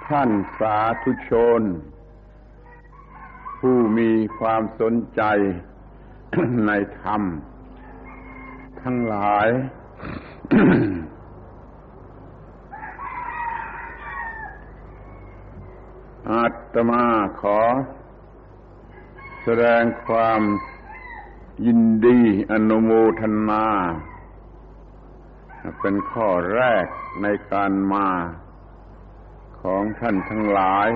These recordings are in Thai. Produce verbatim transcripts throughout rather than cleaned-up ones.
ท่านสาธุชนผู้มีความสนใจ ในธรรมทั้งหลาย อาตมาขอแสดงความยินดีอนุโมทนาเป็นข้อแรกในการมาของท่านทั้งหลาย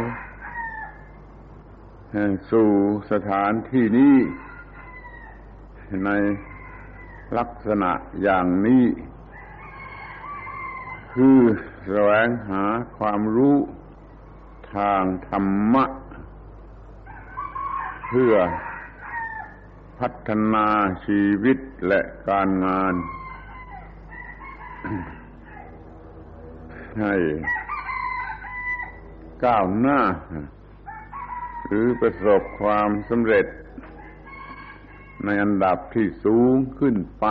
สู่สถานที่นี้ในลักษณะอย่างนี้คือแสวงหาความรู้ทางธรรมะเพื่อพัฒนาชีวิตและการงานให้ก้าวหน้าหรือประสบความสำเร็จในอันดับที่สูงขึ้นไป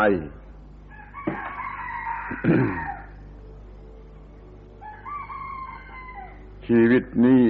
ชีวิตนี้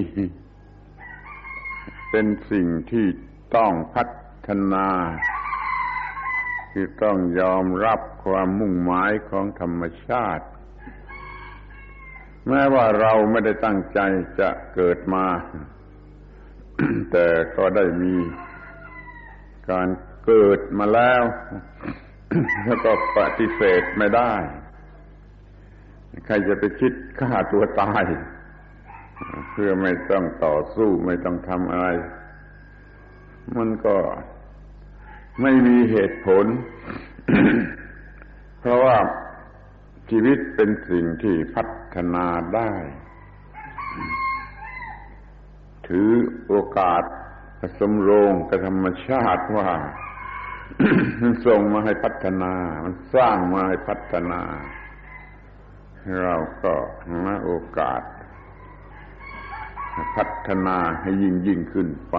เป็นสิ่งที่ต้องพัฒนาคือต้องยอมรับความมุ่งหมายของธรรมชาติแม้ว่าเราไม่ได้ตั้งใจจะเกิดมา แต่ก็ได้มีการเกิดมาแล้ว แล้วก็ปฏิเสธไม่ได้ใครจะไปคิดฆ่าตัวตายเพื่อไม่ต้องต่อสู้ไม่ต้องทำอะไรมันก็ไม่มีเหตุผล เพราะว่าชีวิตเป็นสิ่งที่พัฒนาได้ถือโอกาสสมโรงกับธรรมชาติว่า มันส่งมาให้พัฒนามันสร้างมาให้พัฒนาเราก็หาโอกาสพัฒนาให้ยิ่งยิ่งขึ้นไป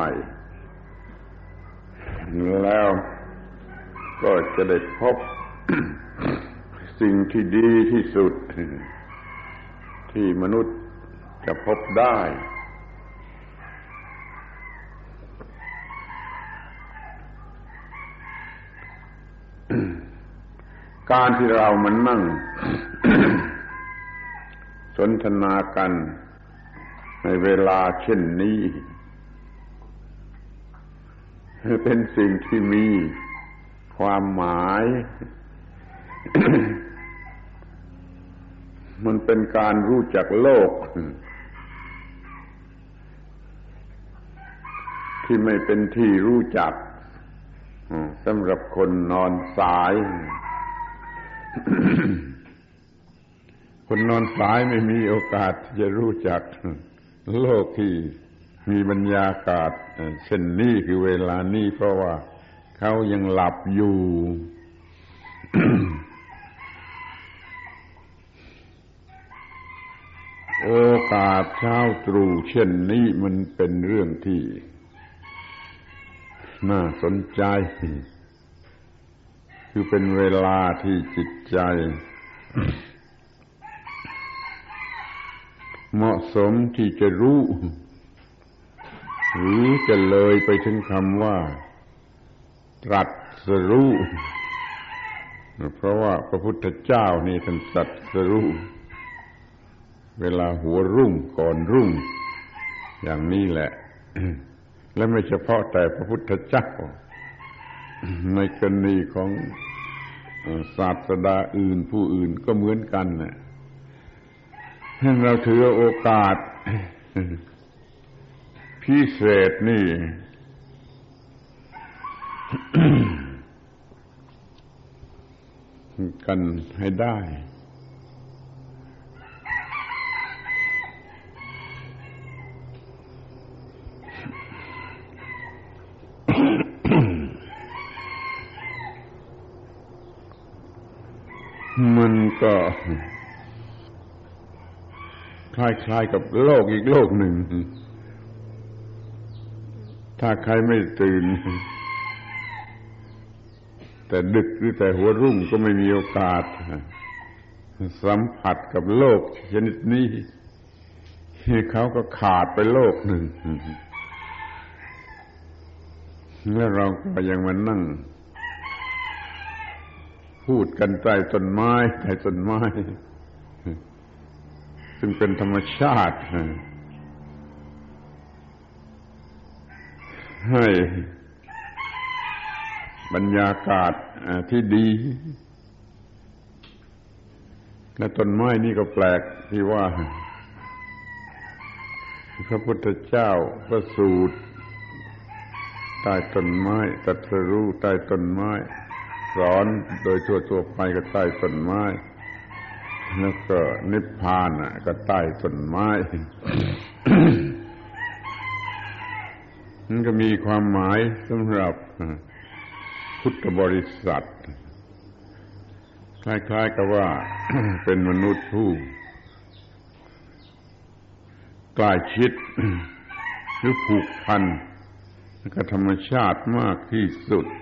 แล้วก็จะได้พบ สิ่งที่ดีที่สุดที่มนุษย์จะพบได้การที่เรามานั่ง สนทนากันในเวลาเช่นนี้เป็นสิ่งที่มีความหมาย มันเป็นการรู้จักโลกที่ไม่เป็นที่รู้จักสำหรับคนนอนสาย คนนอนสายไม่มีโอกาสจะรู้จักโลกที่มีบรรยากาศเช่นนี้คือเวลานี้เพราะว่าเขายังหลับอยู่ โอกาสเช้าตรู่เช่นนี้มันเป็นเรื่องที่น่าสนใจคือเป็นเวลาที่จิตใจ เหมาะสมที่จะรู้หรือจะเลยไปถึงคำว่าตรัสรู้เพราะว่าพระพุทธเจ้านี่ท่านตรัสรู้เวลาหัวรุ่งก่อนรุ่งอย่างนี้แหละ และไม่เฉพาะแต่พระพุทธเจ้าในกรณีของศาสดาอื่นผู้อื่นก็เหมือนกันนะเราถือโอกาสพิเศษนี่ กันให้ได้ มันก็คล้ายๆกับโลกอีกโลกหนึ่งถ้าใครไม่ตื่นแต่ดึกหรือแต่หัวรุ่งก็ไม่มีโอกาสสัมผัสกับโลกชนิดนี้เขาก็ขาดไปโลกหนึ่งแล้วเราก็ยังมานั่งพูดกันใต้ต้นไม้ใต้ต้นไม้ซึ่งเป็นธรรมชาติให้บรรยากาศที่ดีและต้นไม้นี่ก็แปลกที่ว่าพระพุทธเจ้าประสูติใต้ต้นไม้ตรัสรู้ใต้ต้นไม้สอนโดยทั่วๆไปก็ใต้ต้นไม้แล้วก็นิพพานก็ใต้ต้นไม้ มันก็มีความหมายสำหรับพุทธบริษัทคล้ายๆกับว่า เป็นมนุษย์ผู้ใกล้ชิดหรือผูกพันกับธรรมชาติมากที่สุด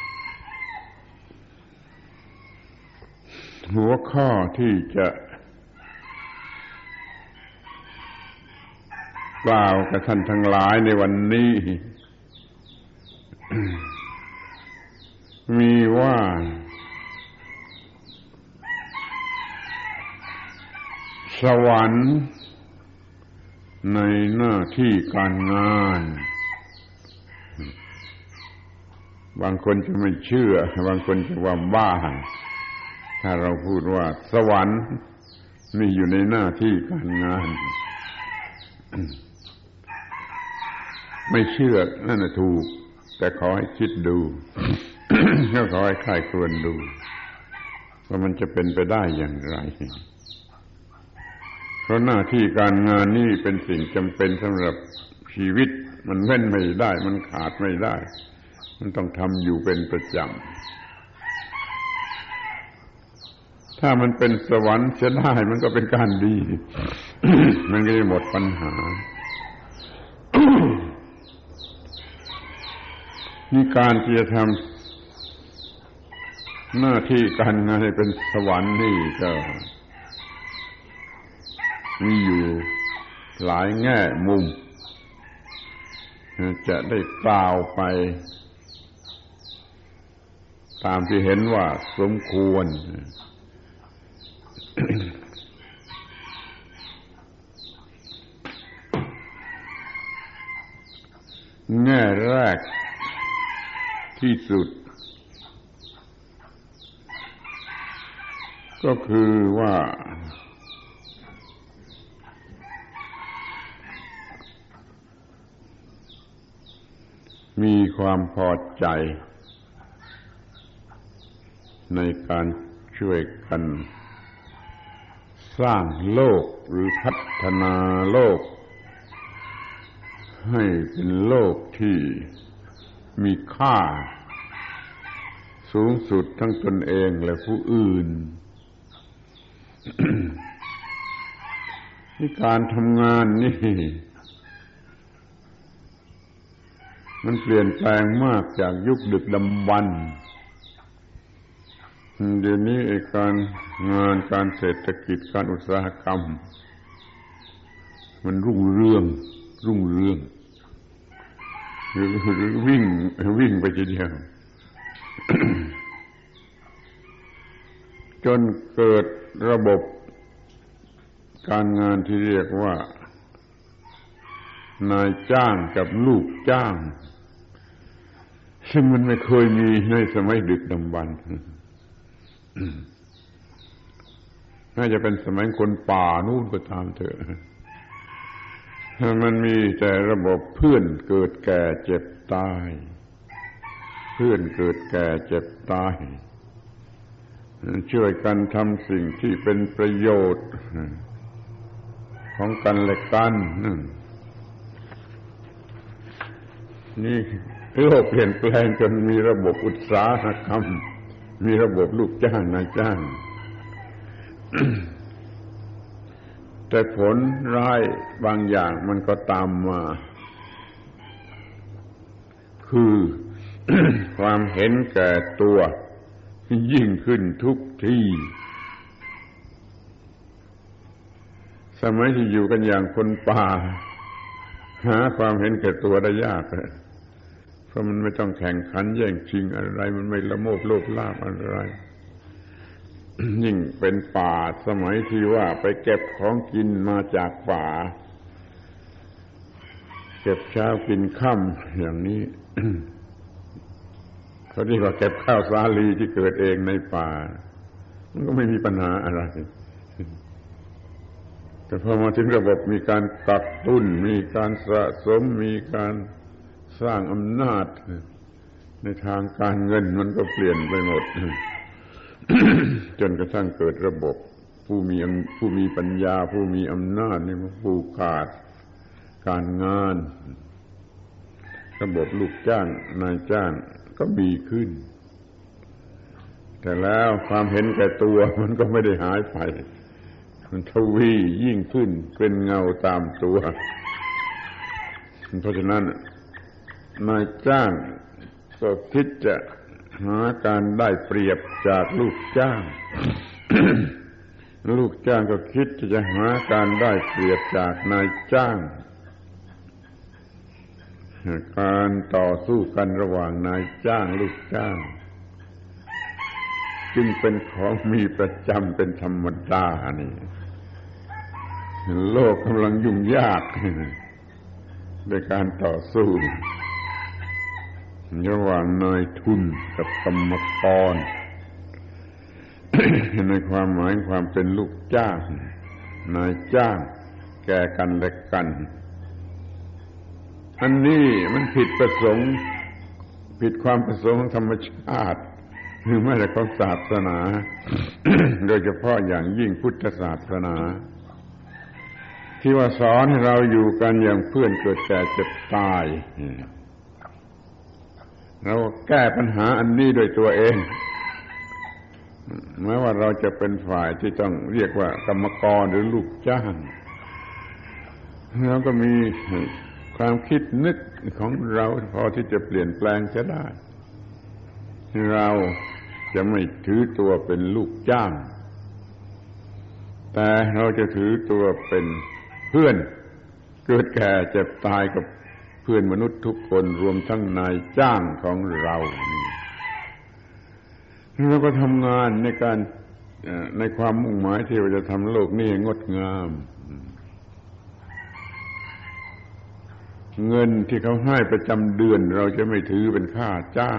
หัวข้อที่จะกล่าวกับท่านทั้งหลายในวันนี้ มีว่าสวรรค์ในหน้าที่การงานบางคนจะไม่เชื่อบางคนจะว่าบ้าถ้าเราพูดว่าสวรรค์นี่อยู่ในหน้าที่การงานไม่เชื่อนั่นน่ะถูกแต่ขอให้คิดดู ก็ขอให้ใคร่ครวญดูว่ามันจะเป็นไปได้อย่างไรเพราะหน้าที่การงานนี่เป็นสิ่งจำเป็นสำหรับชีวิตมันเว้นไม่ได้มันขาดไม่ได้มันต้องทำอยู่เป็นประจำถ้ามันเป็นสวรรค์จะได้มันก็เป็นการดี มันก็จะหมดปัญหา นี่การที่จะทำหน้าที่การงานให้เป็นสวรรค์นี่ก็มีอยู่หลายแง่มุมจะได้กล่าวไปตามที่เห็นว่าสมควร แง่แรกที่สุดก็คือว่ามีความพอใจในการช่วยกันสร้างโลกหรือพัฒนาโลกให้เป็นโลกที่มีค่าสูงสุดทั้งตนเองและผู้อื่น ที่การทำงานนี่มันเปลี่ยนแปลงมากจากยุคดึกดำบรรพ์เดี๋ยวนี้ไอ้การงานการเศรษฐกิจการอุตสาหกรรมมันรุ่งเรืองรุ่งเรืองหรือหรือวิ่งวิ่งไปทีเดียว จนเกิดระบบการงานที่เรียกว่านายจ้างกับลูกจ้างซึ่งมันไม่เคยมีในสมัยดึกดำบรรพ์น่าจะเป็นสมัยคนป่านู่นก็ตามเถอะมันมีแต่ระบบเพื่อนเกิดแก่เจ็บตายเพื่อนเกิดแก่เจ็บตายช่วยกันทำสิ่งที่เป็นประโยชน์ของกันและกันนี่โลกเปลี่ยนแปลงจนมีระบบอุตสาหกรรมมีระบบลูกจ้างนายจ้าง แต่ผลร้ายบางอย่างมันก็ตามมาคือ ความเห็นแก่ตัวยิ่งขึ้นทุกทีสมัยที่อยู่กันอย่างคนป่าหาความเห็นแก่ตัวได้ยากเลยเพราะมันไม่ต้องแข่งขันแย่งชิงอะไรมันไม่ละโมบโลภลาภอะไร ยิ่งเป็นป่าสมัยที่ว่าไปเก็บของกินมาจากป่าเก็บเช้ากินค่ำอย่างนี้ เขาเรียกว่าเก็บข้าวสาลีที่เกิดเองในป่ามันก็ไม่มีปัญหาอะไรแต่พอมาถึงระบบมีการกักตุนมีการสะสมมีการสร้างอำนาจในทางการเงินมันก็เปลี่ยนไปหมด จนกระทั่งเกิดระบบผู้มีผู้มีปัญญาผู้มีอำนาจนี่มันผูกขาดการงานระบบลูกจ้างนายจ้างก็มีขึ้นแต่แล้วความเห็นแก่ตัวมันก็ไม่ได้หายไปมันทวียิ่งขึ้นเป็นเงาตามตัวเพราะฉะนั้นนายจ้างก็คิดจะหาการได้เปรียบจากลูกจ้าง ลูกจ้างก็คิดจะหาการได้เปรียบจากนายจ้างการต่อสู้กันระหว่างนายจ้างลูกจ้างจึงเป็นของมีประจำเป็นธรรมดานี่โลกกำลังยุ่งยากในการต่อสู้ระหว่างนายทุนกับกรรมกร ในความหมายความเป็นลูกจ้างนายจ้างแก่กันและกันอันนี้มันผิดประสงค์ผิดความประสงค์ของธรรมชาติหรือแม้แต่ของศาสนา โดยเฉพาะอย่างยิ่งพุทธศาสนาที่ว่าสอนให้เราอยู่กันอย่างเพื่อนเกิดแก่เจ็บตายเราแก้ปัญหาอันนี้โดยตัวเองแม้ว่าเราจะเป็นฝ่ายที่ต้องเรียกว่ากรรมกรหรือลูกจ้างเราก็มีความคิดนึกของเราพอที่จะเปลี่ยนแปลงจะได้เราจะไม่ถือตัวเป็นลูกจ้างแต่เราจะถือตัวเป็นเพื่อนเกิดแก่เจ็บตายกับเพื่อนมนุษย์ทุกคนรวมทั้งนายจ้างของเรานี่เราก็ทำงานในการในความมุ่งหมายที่เราจะทำโลกนี้ให้งดงามเงินที่เขาให้ประจำเดือนเราจะไม่ถือเป็นค่าจ้าง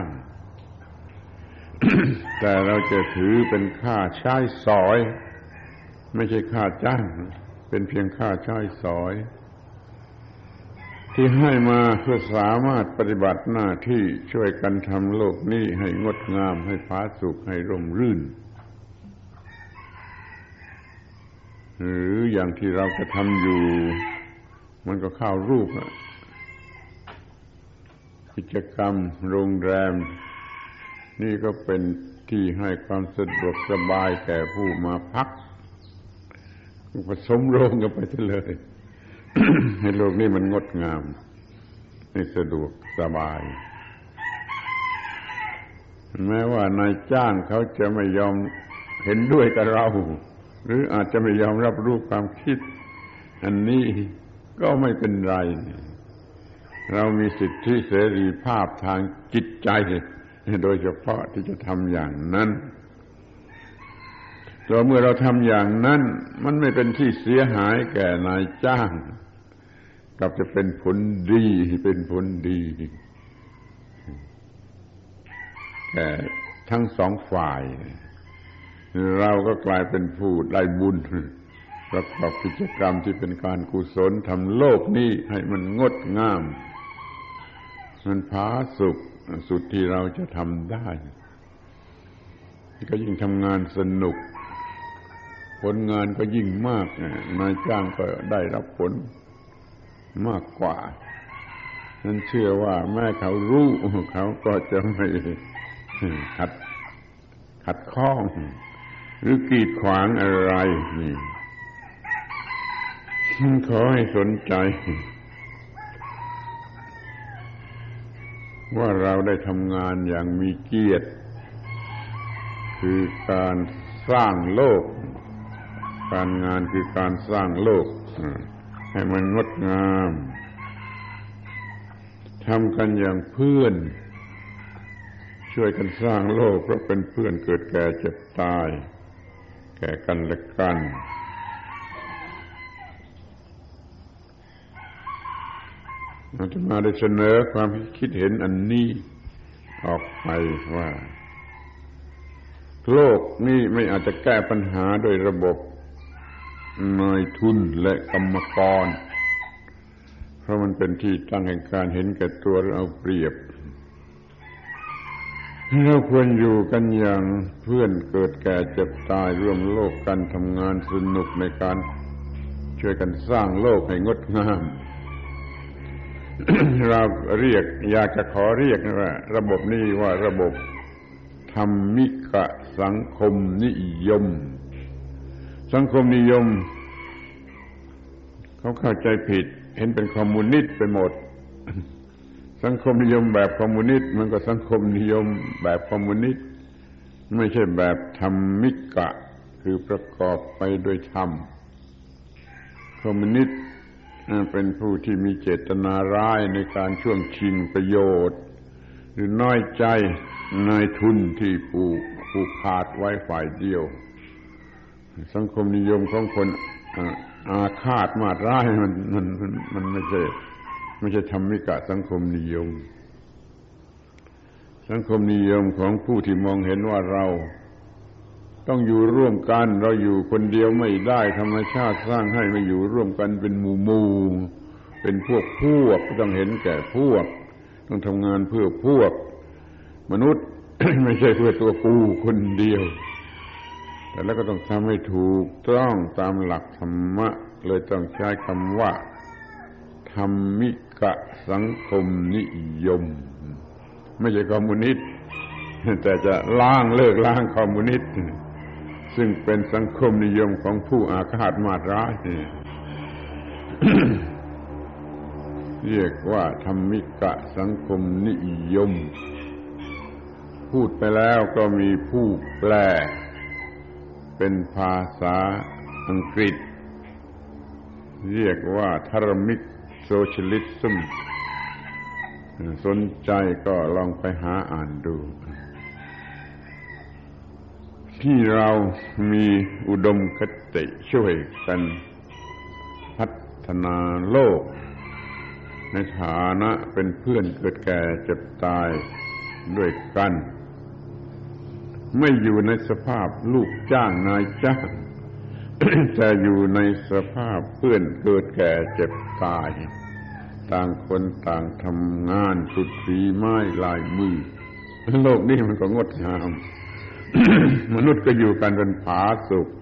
แต่เราจะถือเป็นค่าใช้สอยไม่ใช่ค่าจ้างเป็นเพียงค่าใช้สอยที่ให้มาเพื่อสามารถปฏิบัติหน้าที่ช่วยกันทำโลกนี้ให้งดงามให้ผาสุกให้ร่มรื่นหรืออย่างที่เราจะทำอยู่มันก็เข้ารูปกิจกรรมโรงแรมนี่ก็เป็นที่ให้ความสะดวกสบายแก่ผู้มาพักผสมโรงกันไปเลย ให้โลกนี้มันงดงามให้สะดวกสบายแม้ว่านายจ้างเขาจะไม่ยอมเห็นด้วยกับเราหรืออาจจะไม่ยอมรับรู้ความคิดอันนี้ก็ไม่เป็นไรเรามีสิทธิเสรีภาพทางจิตใจโดยเฉพาะที่จะทำอย่างนั้นแต่เมื่อเราทำอย่างนั้นมันไม่เป็นที่เสียหายแก่นายจ้างกลับจะเป็นผลดีเป็นผลดีแก่ทั้งสองฝ่ายเราก็กลายเป็นผู้ได้บุญประกอบกิจกรรมที่เป็นการกุศลทำโลกนี้ให้มันงดงามมันผาสุกสุดที่เราจะทำได้ก็ยิ่งทำงานสนุกผลงานก็ยิ่งมากนายจ้างก็ได้รับผลมากกว่านั้นเชื่อว่าแม้เขารู้เขาก็จะไม่ขัดขัดข้องหรือกีดขวางอะไรนี่ขอให้สนใจว่าเราได้ทำงานอย่างมีเกียรติคือการสร้างโลกการงานคือการสร้างโลกให้มันงดงามทำกันอย่างเพื่อนช่วยกันสร้างโลกเพราะเป็นเพื่อนเกิดแก่เจ็บตายแก่กันและกันอาตมาได้เสนอความคิดเห็นอันนี้ออกไปว่าโลกนี้ไม่อาจจะแก้ปัญหาโดยระบบนายทุนและกรรมกรเพราะมันเป็นที่ตั้งแห่งการเห็นแก่ตัวหรือเอาเปรียบเราควรอยู่กันอย่างเพื่อนเกิดแก่เจ็บตายร่วมโลกกันทำงานสนุกในการช่วยกันสร้างโลกให้งดงาม เราเรียกอยากจะขอเรียกว่าระบบนี้ว่าระบบธรรมิกสังคมนิยมสังคมนิยมเขาเข้าใจผิดเห็นเป็นคอมมิวนิสต์ไปหมดสังคมนิยมแบบคอมมิวนิสต์มันก็สังคมนิยมแบบคอมมิวนิสต์ไม่ใช่แบบธรรมิกะคือประกอบไปด้วยธรรมคอมมิวนิสต์เป็นผู้ที่มีเจตนาร้ายในการช่วงชิงประโยชน์หรือน้อยใจนายทุนที่ผูกผูกขาดไว้ฝ่ายเดียวสังคมนิยมของคนอาฆาตมาดร้ายมันมันมันไม่ใช่ไม่ใช่ธรรมิกะสังคมนิยมสังคมนิยมของผู้ที่มองเห็นว่าเราต้องอยู่ร่วมกันเราอยู่คนเดียวไม่ได้ธรรมชาติสร้างให้มาอยู่ร่วมกันเป็นหมู่หมู่เป็นพวกพวกต้องเห็นแก่พวกต้องทำงานเพื่อพวกมนุษย์ ไม่ใช่เพื่อตัวกูคนเดียวแต่แล้วก็ต้องทำให้ถูกต้องตามหลักธรรมะเลยต้องใช้คำว่าธรรมิกสังคมนิยมไม่ใช่คอมมิวนิสต์แต่จะล้างเลิกล้างคอมมิวนิสต์ซึ่งเป็นสังคมนิยมของผู้อาฆาตมาดร้าย เรียกว่าธรรมิกสังคมนิยมพูดไปแล้วก็มีผู้แปลเป็นภาษาอังกฤษเรียกว่าธรรมิกโซเชียลิซึมสนใจก็ลองไปหาอ่านดูที่เรามีอุดมคติช่วยกันพัฒนาโลกในฐานะเป็นเพื่อนเกิดแก่เจ็บตายด้วยกันไม่อยู่ในสภาพลูกจ้างนายจ้าง แต่อยู่ในสภาพเพื่อนเกิดแก่เจ็บตายต่างคนต่างทำงานสุดฝีไม้ลายมือโลกนี้มันก็งดงาม มนุษย์ก็อยู่กันเป็นผาสุก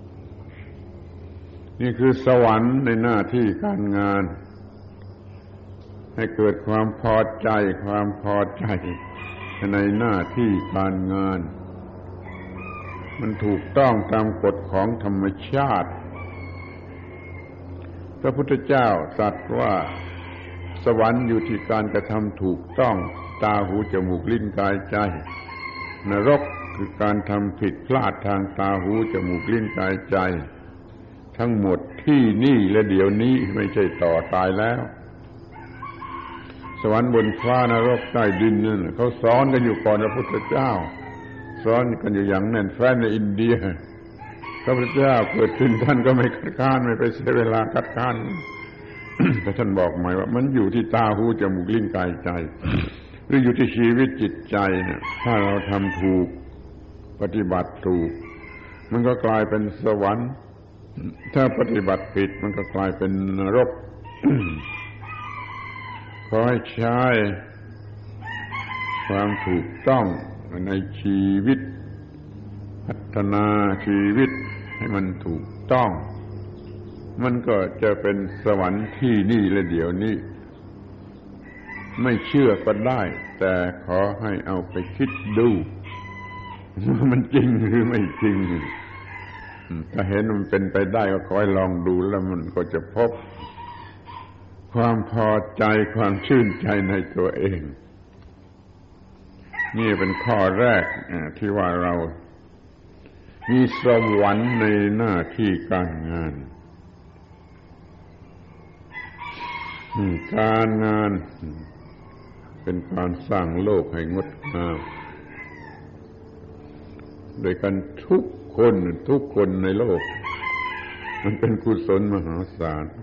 นี่คือสวรรค์ในหน้าที่การงานให้เกิดความพอใจความพอใจในหน้าที่การงานมันถูกต้องตามกฎของธรรมชาติพระพุทธเจ้าตรัสว่าสวรรค์อยู่ที่การกระทำถูกต้องตาหูจมูกลิ้นกายใจนรกคือการทำผิดพลาดทางตาหูจมูกลิ้นกายใจทั้งหมดที่นี่และเดี๋ยวนี้ไม่ใช่ต่อตายแล้วสวรรค์บนฟ้านรกใต้ดินนั่นเขาสอนกันอยู่ก่อนพระพุทธเจ้าสอนกันอยู่อย่างแน่นแฟ้นในอินเดียพระพุทธเจ้าเกิดขึ้นท่านก็ไม่คัดค้านไม่ไปเสียเวลาคัดค้าน แต่ท่านบอกหมายว่ามันอยู่ที่ตาหูจมูกลิ้นกายใจหรืออยู่ที่ชีวิตจิตใจเนี่ยถ้าเราทำถูกปฏิบัติถูกมันก็กลายเป็นสวรรค์ถ้าปฏิบัติผิดมันก็กลายเป็นนรก ขอให้ใช้ความถูกต้องในชีวิตพัฒนาชีวิตให้มันถูกต้องมันก็จะเป็นสวรรค์ที่นี่และเดี๋ยวนี้ไม่เชื่อก็ได้แต่ขอให้เอาไปคิดดูว่ามันจริงหรือไม่จริงถ้าเห็นมันเป็นไปได้ก็ขอให้ลองดูแล้วมันก็จะพบความพอใจความชื่นใจในตัวเองนี่เป็นข้อแรกที่ว่าเรามีสวรรค์ในหน้าที่การงานการงานเป็นการสร้างโลกให้งดงามโดยกันทุกคนทุกคนในโลกมันเป็นกุศลมหาศาล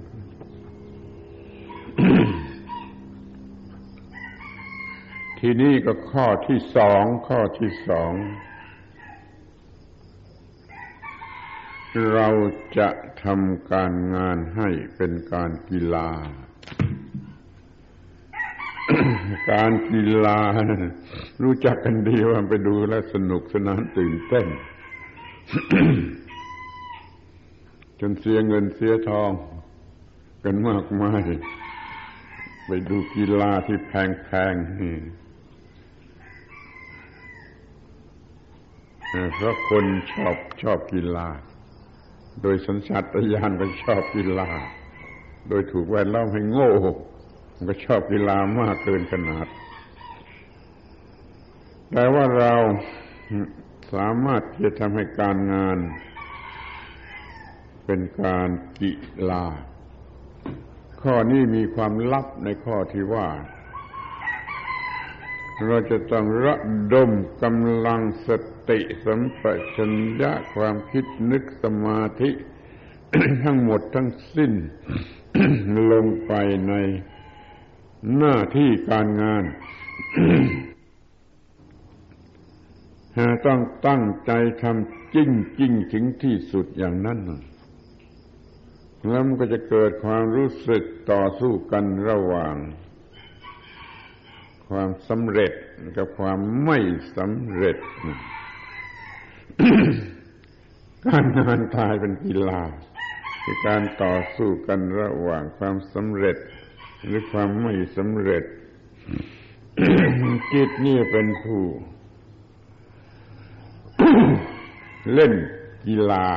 ทีนี้ก็ข้อที่สองข้อที่สองเราจะทำการงานให้เป็นการกีฬา การกีฬารู้จักกันดีว่าไปดูแล้วสนุกสนานตื่นเต้น จนเสียเงินเสียทองกันมากมายไปดูกีฬาที่แพงๆนี่เพราะคนชอบชอบกีฬาโดยสัญชาตญาณก็ชอบกีฬาโดยถูกแวดล้อมให้โง่มันก็ชอบกีฬามากเกินขนาดแต่ว่าเราสามารถที่จะทำให้การงานเป็นการกีฬาข้อนี้มีความลับในข้อที่ว่าเราจะต้องระดมกำลังสติสัมปชัญญะความคิดนึกสมาธิ ทั้งหมดทั้งสิ้น ลงไปในหน้าที่การงาน ต้องตั้งใจทำจริงๆถึงที่สุดอย่างนั้นแล้วมันก็จะเกิดความรู้สึกต่อสู้กันระหว่างความสำเร็จกับความไม่สำเร็จ การงานกลายเป็นกีฬาคือการต่อสู้กันระหว่างความสำเร็จหรือความไม่สำเร็จ จิตนี่เป็นผู้ เล่นกีฬา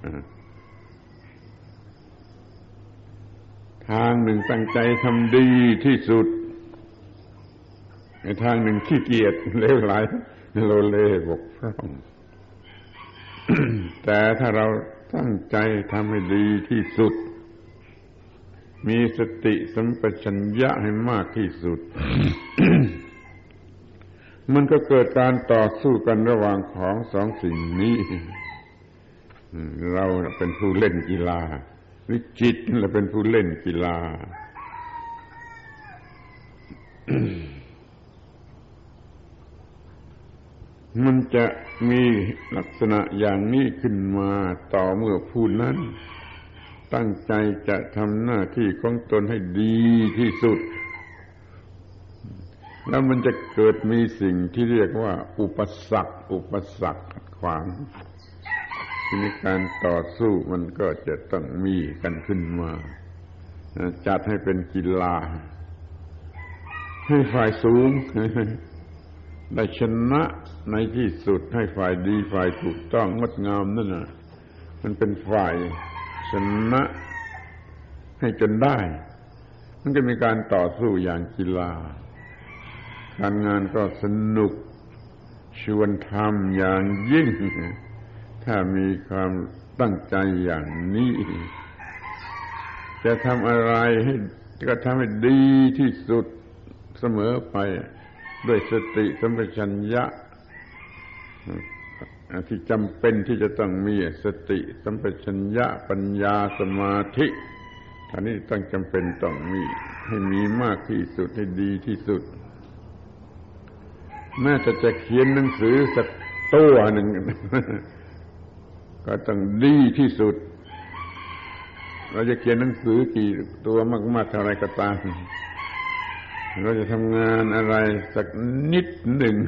ทางหนึ่งตั้งใจทำดีที่สุดในทางหนึ่งขี้เกียจเลวไหลโลเลบกพร่อง แต่ถ้าเราตั้งใจทำให้ดีที่สุดมีสติสัมปชัญญะให้มากที่สุด มันก็เกิดการต่อสู้กันระหว่างของสองสิ่งนี้เราเป็นผู้เล่นกีฬาหรือจิตเราเป็นผู้เล่นกีฬา มันจะมีลักษณะอย่างนี้ขึ้นมาต่อเมื่อผู้นั้นตั้งใจจะทำหน้าที่ของตนให้ดีที่สุดแล้วมันจะเกิดมีสิ่งที่เรียกว่าอุปสรรคอุปสรรคขัดขวางทีนี้การต่อสู้มันก็จะต้องมีกันขึ้นมาจัดให้เป็นกีฬาให้ฝ่ายสูงได้ชนะในที่สุดให้ฝ่ายดีฝ่ายถูกต้องงดงามนั่นน่ะมันเป็นฝ่ายชนะให้จนได้มันก็มีการต่อสู้อย่างกีฬาการงานก็สนุกชวนทำอย่างยิ่งถ้ามีความตั้งใจอย่างนี้จะทำอะไรให้ก็ทำให้ดีที่สุดเสมอไปด้วยสติสัมปชัญญะที่จำเป็นที่จะต้องมีสติสัมปชัญญะปัญญาสมาธิท่านี้ต้องจำเป็นต้องมีให้มีมากที่สุดให้ดีที่สุดแม้จะจะเขียนหนังสือสักตัวหนึ่ง ก็ต้องดีที่สุดเราจะเขียนหนังสือกี่ตัวมากๆเท่าไรก็ตามเราจะทำงานอะไรสักนิดหนึ่ง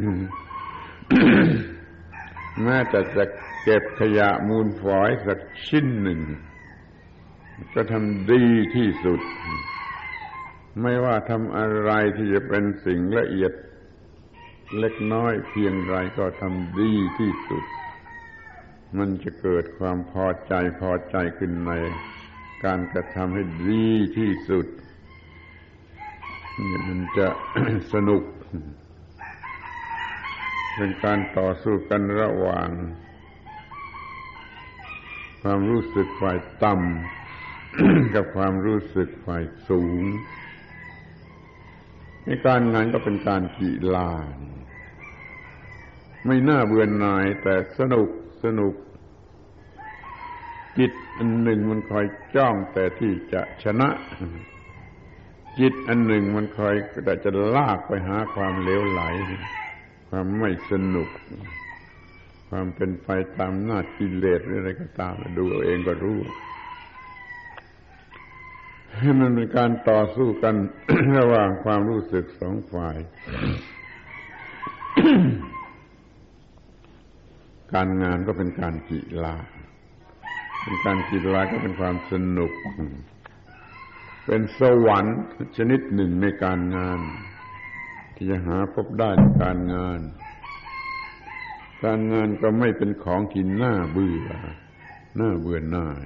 แม้แต่จะเก็บขยะมูลฝอยสักชิ้นหนึ่งก็ทำดีที่สุดไม่ว่าทำอะไรที่จะเป็นสิ่งละเอียดเล็กน้อยเพียงไรก็ทำดีที่สุดมันจะเกิดความพอใจพอใจขึ้นในการกระทำให้ดีที่สุดมันจะ สนุกเป็นการต่อสู้กันระหว่างความรู้สึกฝ่ายต่ำ กับความรู้สึกฝ่ายสูงในการงานก็เป็นการกีฬาไม่น่าเบื่อหน่ายแต่สนุกสนุกจิตอันหนึ่งมันคอยจ้องแต่ที่จะชนะจิตอันหนึ่งมันคอยแต่จะลากไปหาความเลวไหลความไม่สนุกความเป็นไปตามหน้ากิเลสหรืออะไรก็ตามดูเอาเองก็รู้ให้มันเป็นการต่อสู้กัน ระหว่างความรู้สึกสองฝ่าย การงานก็เป็นการกีฬาเป็นการกีฬาก็เป็นความสนุกเป็นสวรรค์ชนิดหนึ่งในการงานที่จะหาพบได้ในการงานการงานก็ไม่เป็นของที่น่าเบื่อน่าเบื่อหน่าย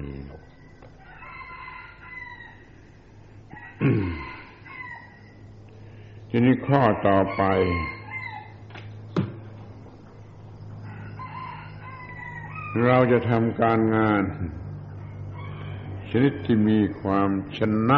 ทีนี้ข้อต่อไปเราจะทำการงานชนิดที่มีความชนะ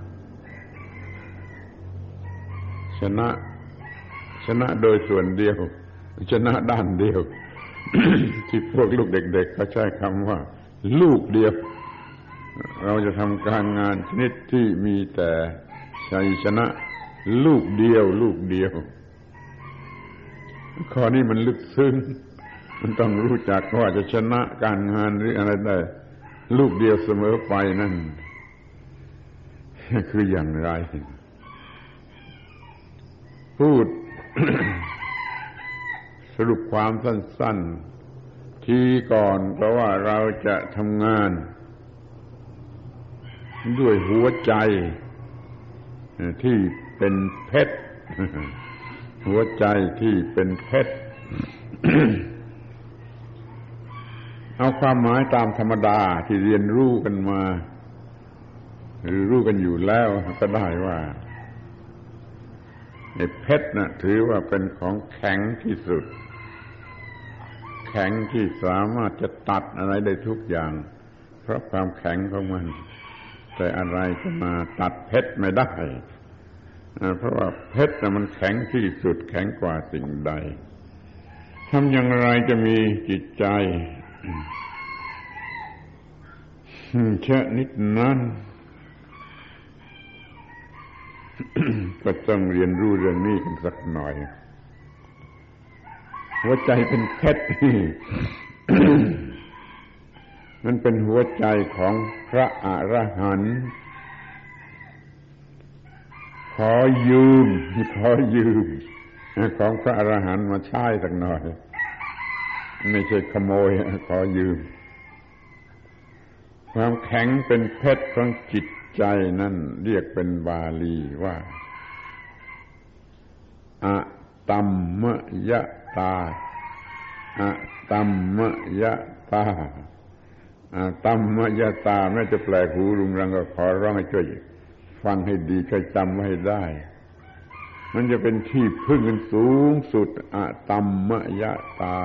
ชนะชนะโดยส่วนเดียวชนะด้านเดียว ที่พวกลูกเด็กๆเขาใช้คำว่าลูกเดียวเราจะทำการงานชนิดที่มีแต่ชัยชนะลูกเดียวลูกเดียวข้อนี้มันลึกซึ้งมันต้องรู้จักว่าจะชนะการงานหรืออะไรได้ลูกเดียวเสมอไปนั่นคืออย่างไรพูด สรุปความสั้นๆทีก่อนเพราะว่าเราจะทำงานด้วยหัวใจที่เป็นเพชรหัวใจที่เป็นเพชร เอาความหมายตามธรรมดาที่เรียนรู้กันมาหรือรู้กันอยู่แล้วก็ได้ว่าไอ้เพชรน่ะถือว่าเป็นของแข็งที่สุดแข็งที่สามารถจะตัดอะไรได้ทุกอย่างเพราะความแข็งของมันแต่อะไรจะมาตัดเพชรไม่ได้เพราะว่าเพชรน่ะมันแข็งที่สุดแข็งกว่าสิ่งใดทำอย่างไรจะมีจิตใจแค่นิดนั้น ก็ต้องเรียนรู้เรื่องนี้กันสักหน่อยหัวใจเป็นเพชร มันเป็นหัวใจของพระอรหันต์ขอยืมขอยืมของพระอรหันต์มาใช้สักหน่อยไม่ใช่ขโมยขอยืมความแข็งเป็นเพชรของจิตใจนั่นเรียกเป็นบาลีว่าอะตัมมยตาอะตัมมยตาอะตัมมยตาแม้จะแปลกหูรุงรังก็ขอร้องให้ช่วยฟังให้ดีช่วยจำไว้ให้ได้มันจะเป็นที่พึ่งกันสูงสุดอะตัมมยตา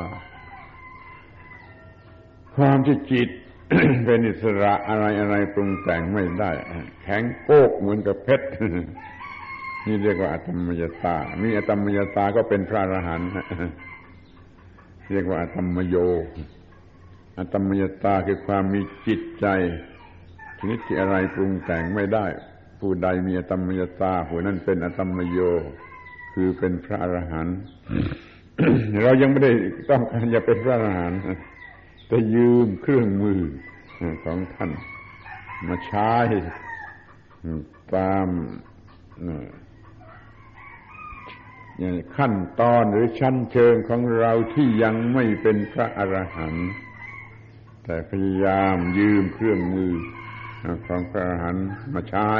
ความที่จิต เป็นอิสระอะไรอะไรปรุงแต่งไม่ได้แข็งโป๊กเหมือนกับเพชร นี่เรียกว่าอตัมมยตามีอตัมมยตาก็เป็นพระอรหันต์ เรียกว่าอตัมมโยอตัมมยตาคือความมีจิตใจชนิดที่อะไรปรุงแต่งไม่ได้ผู้ใดมีอตัมมยตาผู้นั้นเป็นอตัมมโยคือเป็นพระอรหันต์ เรายังไม่ได้ต้องการจะเป็นพระอรหันต์แต่ยืมเครื่องมือของท่านมาใช้ตามขั้นตอนหรือชั้นเชิงของเราที่ยังไม่เป็นพระอรหันต์แต่พยายามยืมเครื่องมือของพระอรหันต์มาใช้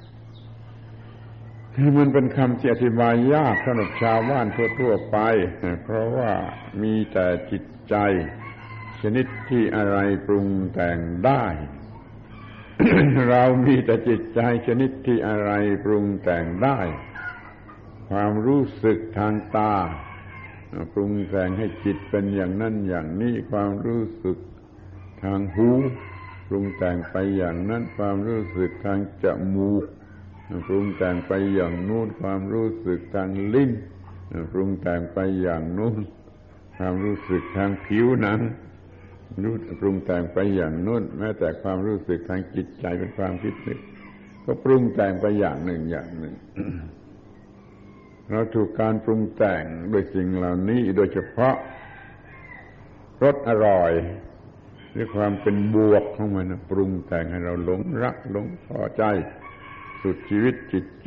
มันเป็นคำที่อธิบายยากสำหรับชาวบ้านทั่วๆไปเพราะว่ามีแต่จิตใจชนิดที่อะไรปรุงแต่งได้ เรามีแต่จิตใจชนิดที่อะไรปรุงแต่งได้ความรู้สึกทางตาปรุงแต่งให้จิตเป็นอย่างนั้นอย่างนี้ความรู้สึกททางหูปรุงแต่งไปอย่างนั้นความรู้สึกทางจมูกปรุงแต่งไปอย่างนู้นความรู้สึกทางลิ้นปรุงแต่งไปอย่างนู้นความรู้สึกทางผิวหนังรู้ปรุงแต่งไปอย่างนู้นแม้แต่ความรู้สึกทางจิตใจเป็นความคิดนึกก็ปรุงแต่งไปอย่างหนึ่งอย่างหนึ่ง เราถูกการปรุงแต่งโดยสิ่งเหล่านี้โดยเฉพาะรสอร่อยด้วยความเป็นบวกของมันปรุงแต่งให้เราหลงรักหลงพอใจสุดชีวิตจิตใจ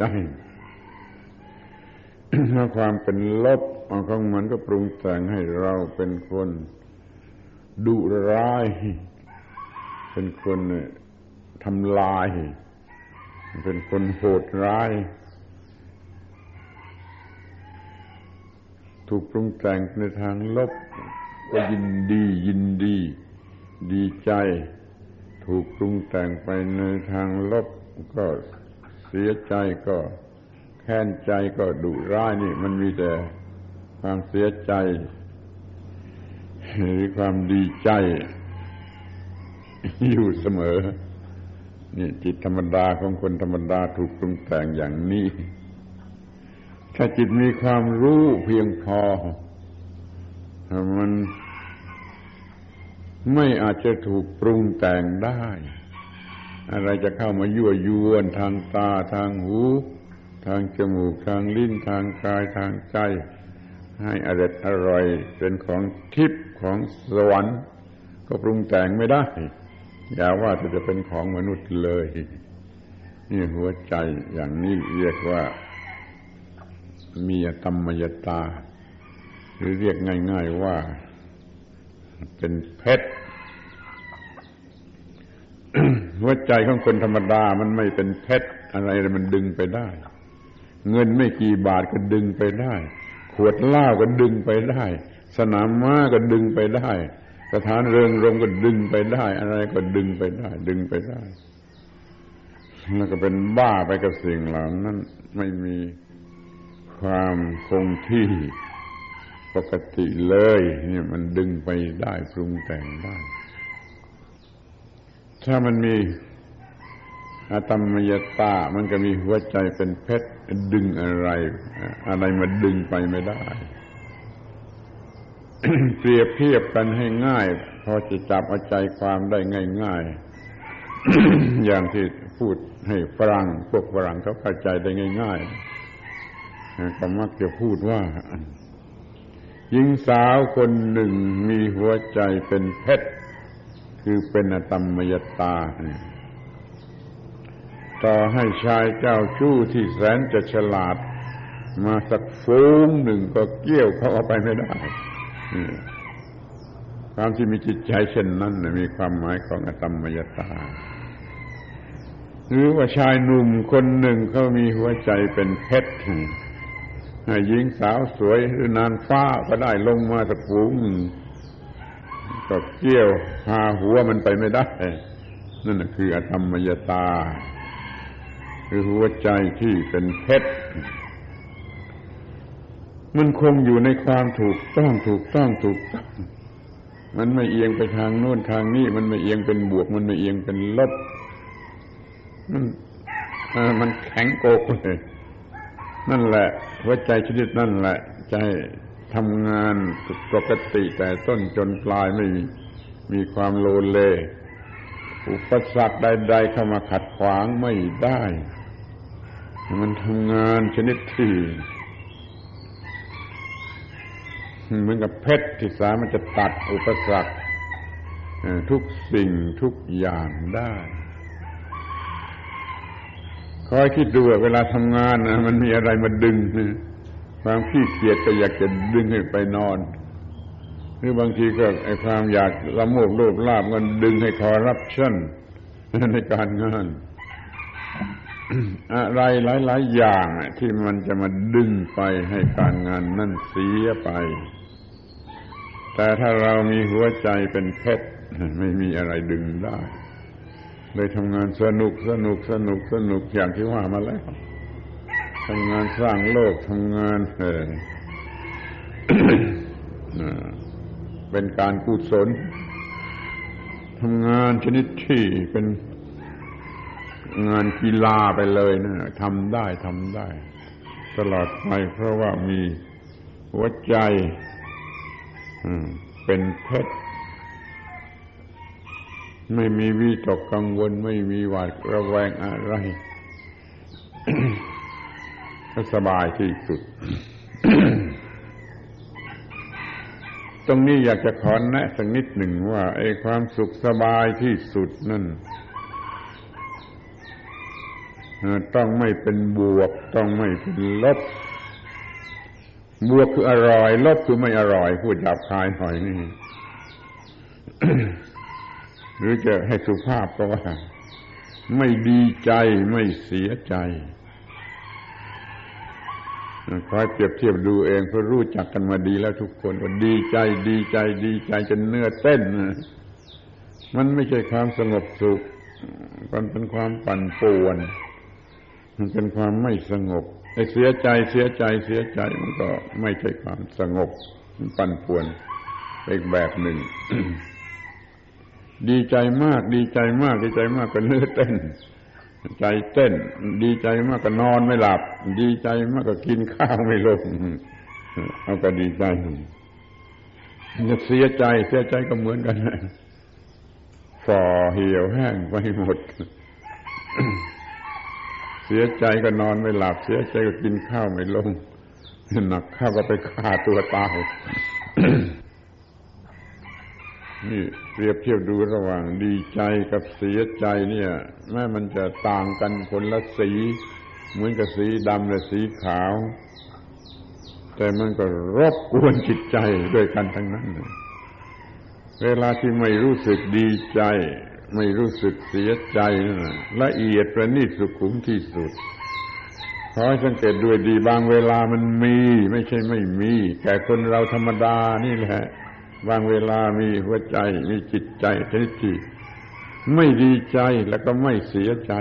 ถ้าความเป็นลบของมันก็ปรุงแต่งให้เราเป็นคนดุร้ายเป็นคนทำลายเป็นคนโหดร้ายถูกปรุงแต่งในทางลบก็ยินดียินดีดีใจถูกปรุงแต่งไปในทางลบก็เสียใจก็แค้นใจก็ดุร้ายนี่มันมีแต่ความเสียใจหรือความดีใจอยู่เสมอนี่จิตธรรมดาของคนธรรมดาถูกปรุงแต่งอย่างนี้ถ้าจิตมีความรู้เพียงพอมันไม่อาจจะถูกปรุงแต่งได้อะไรจะเข้ามายั่วยวนทางตาทางหูทางจมูกทางลิ้นทางกายทางใจให้อร่อยอร่อยเป็นของทิพย์ของสวรรค์ก็ปรุงแต่งไม่ได้อย่าว่าจะเป็นของมนุษย์เลยนี่หัวใจอย่างนี้เรียกว่ามีธรรมยตาหรือเรียกง่ายๆว่าเป็นเพชร หัวใจของคนธรรมดามันไม่เป็นเพชรอะไรมันดึงไปได้เงินไม่กี่บาทก็ดึงไปได้ขวดเหล้าก็ดึงไปได้สนามม้าก็ดึงไปได้สถานเริงรมย์ก็ดึงไปได้อะไรก็ดึงไปได้ดึงไปได้แล้วก็เป็นบ้าไปกับสิ่งเหล่านั้นไม่มีความคงที่ปกติเลยเนี่ยมันดึงไปได้ปรุงแต่งได้ถ้ามันมีอาตมยตามันก็มีหัวใจเป็นเพชรดึงอะไรอะไรมาดึงไปไม่ได้ เปรียบเทียบกันให้ง่ายพอจะจับเอาใจความได้ง่ายๆ อย่างที่พูดให้ฝรั่งพวกฝรั่งเขาเข้าใจได้ง่ายๆก็มักจะพูดว่าหญิงสาวคนหนึ่งมีหัวใจเป็นเพชรคือเป็นอตมยตาต่อให้ชายเจ้าชู้ที่แสนจะฉลาดมาสักฝูงหนึ่งก็เกี่ยวเขาเอาไปไม่ได้ความที่มีจิตใจเช่นนั้นมีความหมายของอตมยตาหรือว่าชายหนุ่มคนหนึ่งเขามีหัวใจเป็นเพชรหญิงสาวสวยหรือนางฟ้าก็ได้ลงมาสักฝูงหนึ่งก็เกี่ยวพาหัวมันไปไม่ได้นั่นคืออตมยตาคือหัวใจที่เป็นเพชรมันคงอยู่ในความถูกต้องถูกต้องถูกต้องมันไม่เอียงไปทางโน้นทางนี้มันไม่เอียงเป็นบวกมันไม่เอียงเป็นลบมันมันแข็งโกกเลยนั่นแหละหัวใจชนิดนั่นแหละใจทำงานปกติแต่ต้นจนปลายไม่มีมีความโลเลอุปสรรคใดๆเข้ามาขัดขวางไม่ได้มันทำงานชนิดที่เหมือนกับเพชรที่สามารถจะตัดอุปสรรคทุกสิ่งทุกอย่างได้คอยคิดดูเวลาทำงานนะมันมีอะไรมาดึงความขี้เกียจก็อยากจะดึงให้ไปนอนหรือบางทีก็ไอ้ความอยากละโมบโลภลาภมันดึงให้คอร์รัปชั่นในการงานอะไรหลายๆอย่างที่มันจะมาดึงไปให้การงานนั่นเสียไปแต่ถ้าเรามีหัวใจเป็นเพชรไม่มีอะไรดึงได้เลยทำงานสนุกสนุกสนุกสนุกอย่างที่ว่ามาแล้วทำงานสร้างโลกทำงานเออ เป็นการกุศลทำงานชนิดที่เป็นงานกีฬาไปเลยนะทำได้ทำได้ตลอดไปเพราะว่ามีหัวใจเป็นเพชรไม่มีวิตกกังวลไม่มีหวาดระแวงอะไร ก็สบายที่สุด ตรงนี้อยากจะขอแนะสักนิดหนึ่งว่าไอ้ความสุขสบายที่สุดนั่นต้องไม่เป็นบวกต้องไม่เป็นลบบวกคืออร่อยลบคือไม่อร่อยพูดหยาบคายหน่อยนี่ หรือจะให้สุภาพก็ว่าไม่ดีใจไม่เสียใจคอยเปรียบเทียบดูเองเพราะรู้จักกันมาดีแล้วทุกคนว่าดีใจดีใจดีใจจนเนื้อเต้นมันไม่ใช่ความสงบสุขมันเป็นความปั่นป่วนมันเป็นความไม่สงบไอ้เสียใจเสียใจเสียใจมันก็ไม่ใช่ความสงบมันปั่นป่วนอีกแบบหนึ่ง ดีใจมากดีใจมากดีใจมากก็เนื้อเต้นใจเต้นดีใจมากก็นอนไม่หลับดีใจมากก็กินข้าวไม่ลงเอาก็ดีใจจะเสียใจเสียใจก็เหมือนกันฝ่อเหี่ยวแห้งไปหมด เสียใจก็นอนไม่หลับเสียใจก็กินข้าวไม่ลงหนักข้าวก็ไปฆ่าตัวตาย นี่เปรียบเทียบดูระหว่างดีใจกับเสียใจเนี่ยแม้มันจะต่างกันคนละสีเหมือนกับสีดำและสีขาวแต่มันก็รบกวนจิตใจด้วยกันทั้งนั้นเวลาที่ไม่รู้สึกดีใจไม่รู้สึกเสียใจนะละเอียดประณีตสุขุมที่สุดขอให้สังเกตด้วยดีบางเวลามันมีไม่ใช่ไม่มีแก่คนเราธรรมดานี่แหละบางเวลามีหัวใจมีจิตใจชนิดที่ไม่ดีใจแล้วก็ไม่เสียใจ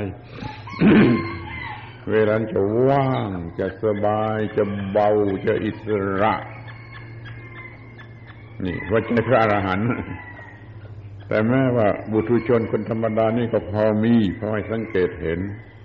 เวลาจะว่างจะสบายจะเบาจะอิสระนี่หัวใจพระอรหันต์แต่แม้ว่าบุตุชนคนธรรมดานี่ก็พอมีพอให้สังเกตเห็น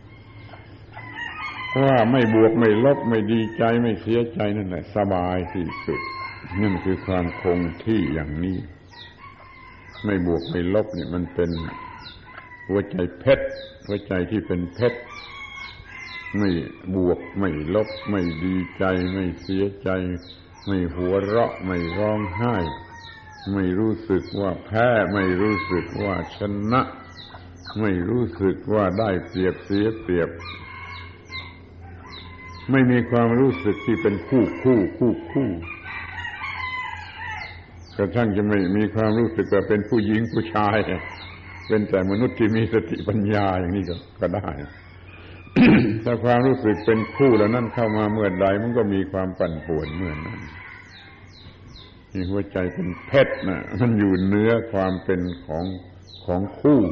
ว่าไม่บวกไม่ลบไม่ดีใจไม่เสียใจนั่นแหละสบายที่สุดนั่นคือความคงที่อย่างนี้ไม่บวกไม่ลบนี่มันเป็นหัวใจเพชรหัวใจที่เป็นเพชรไม่บวกไม่ลบไม่ดีใจไม่เสียใจไม่หัวเราะไม่ร้องไห้ไม่รู้สึกว่าแพ้ไม่รู้สึกว่าชนะไม่รู้สึกว่าได้เปรียบเสียเปรียบไม่มีความรู้สึกที่เป็นคู่คู่คู่คู่กระทั่งจะไม่มีความรู้สึกว่าเป็นผู้หญิงผู้ชายเป็นแต่มนุษย์ที่มีสติปัญญาอย่างนี้ก็ก็ได้ ถ้าความรู้สึกเป็นคู่แล้วนั่นเข้ามาเมื่อใดมันก็มีความปั่นป่วนเมื่อนั้นนี่หัวใจเป็นเพชรนะมันอยู่เหนือความเป็นของของคู่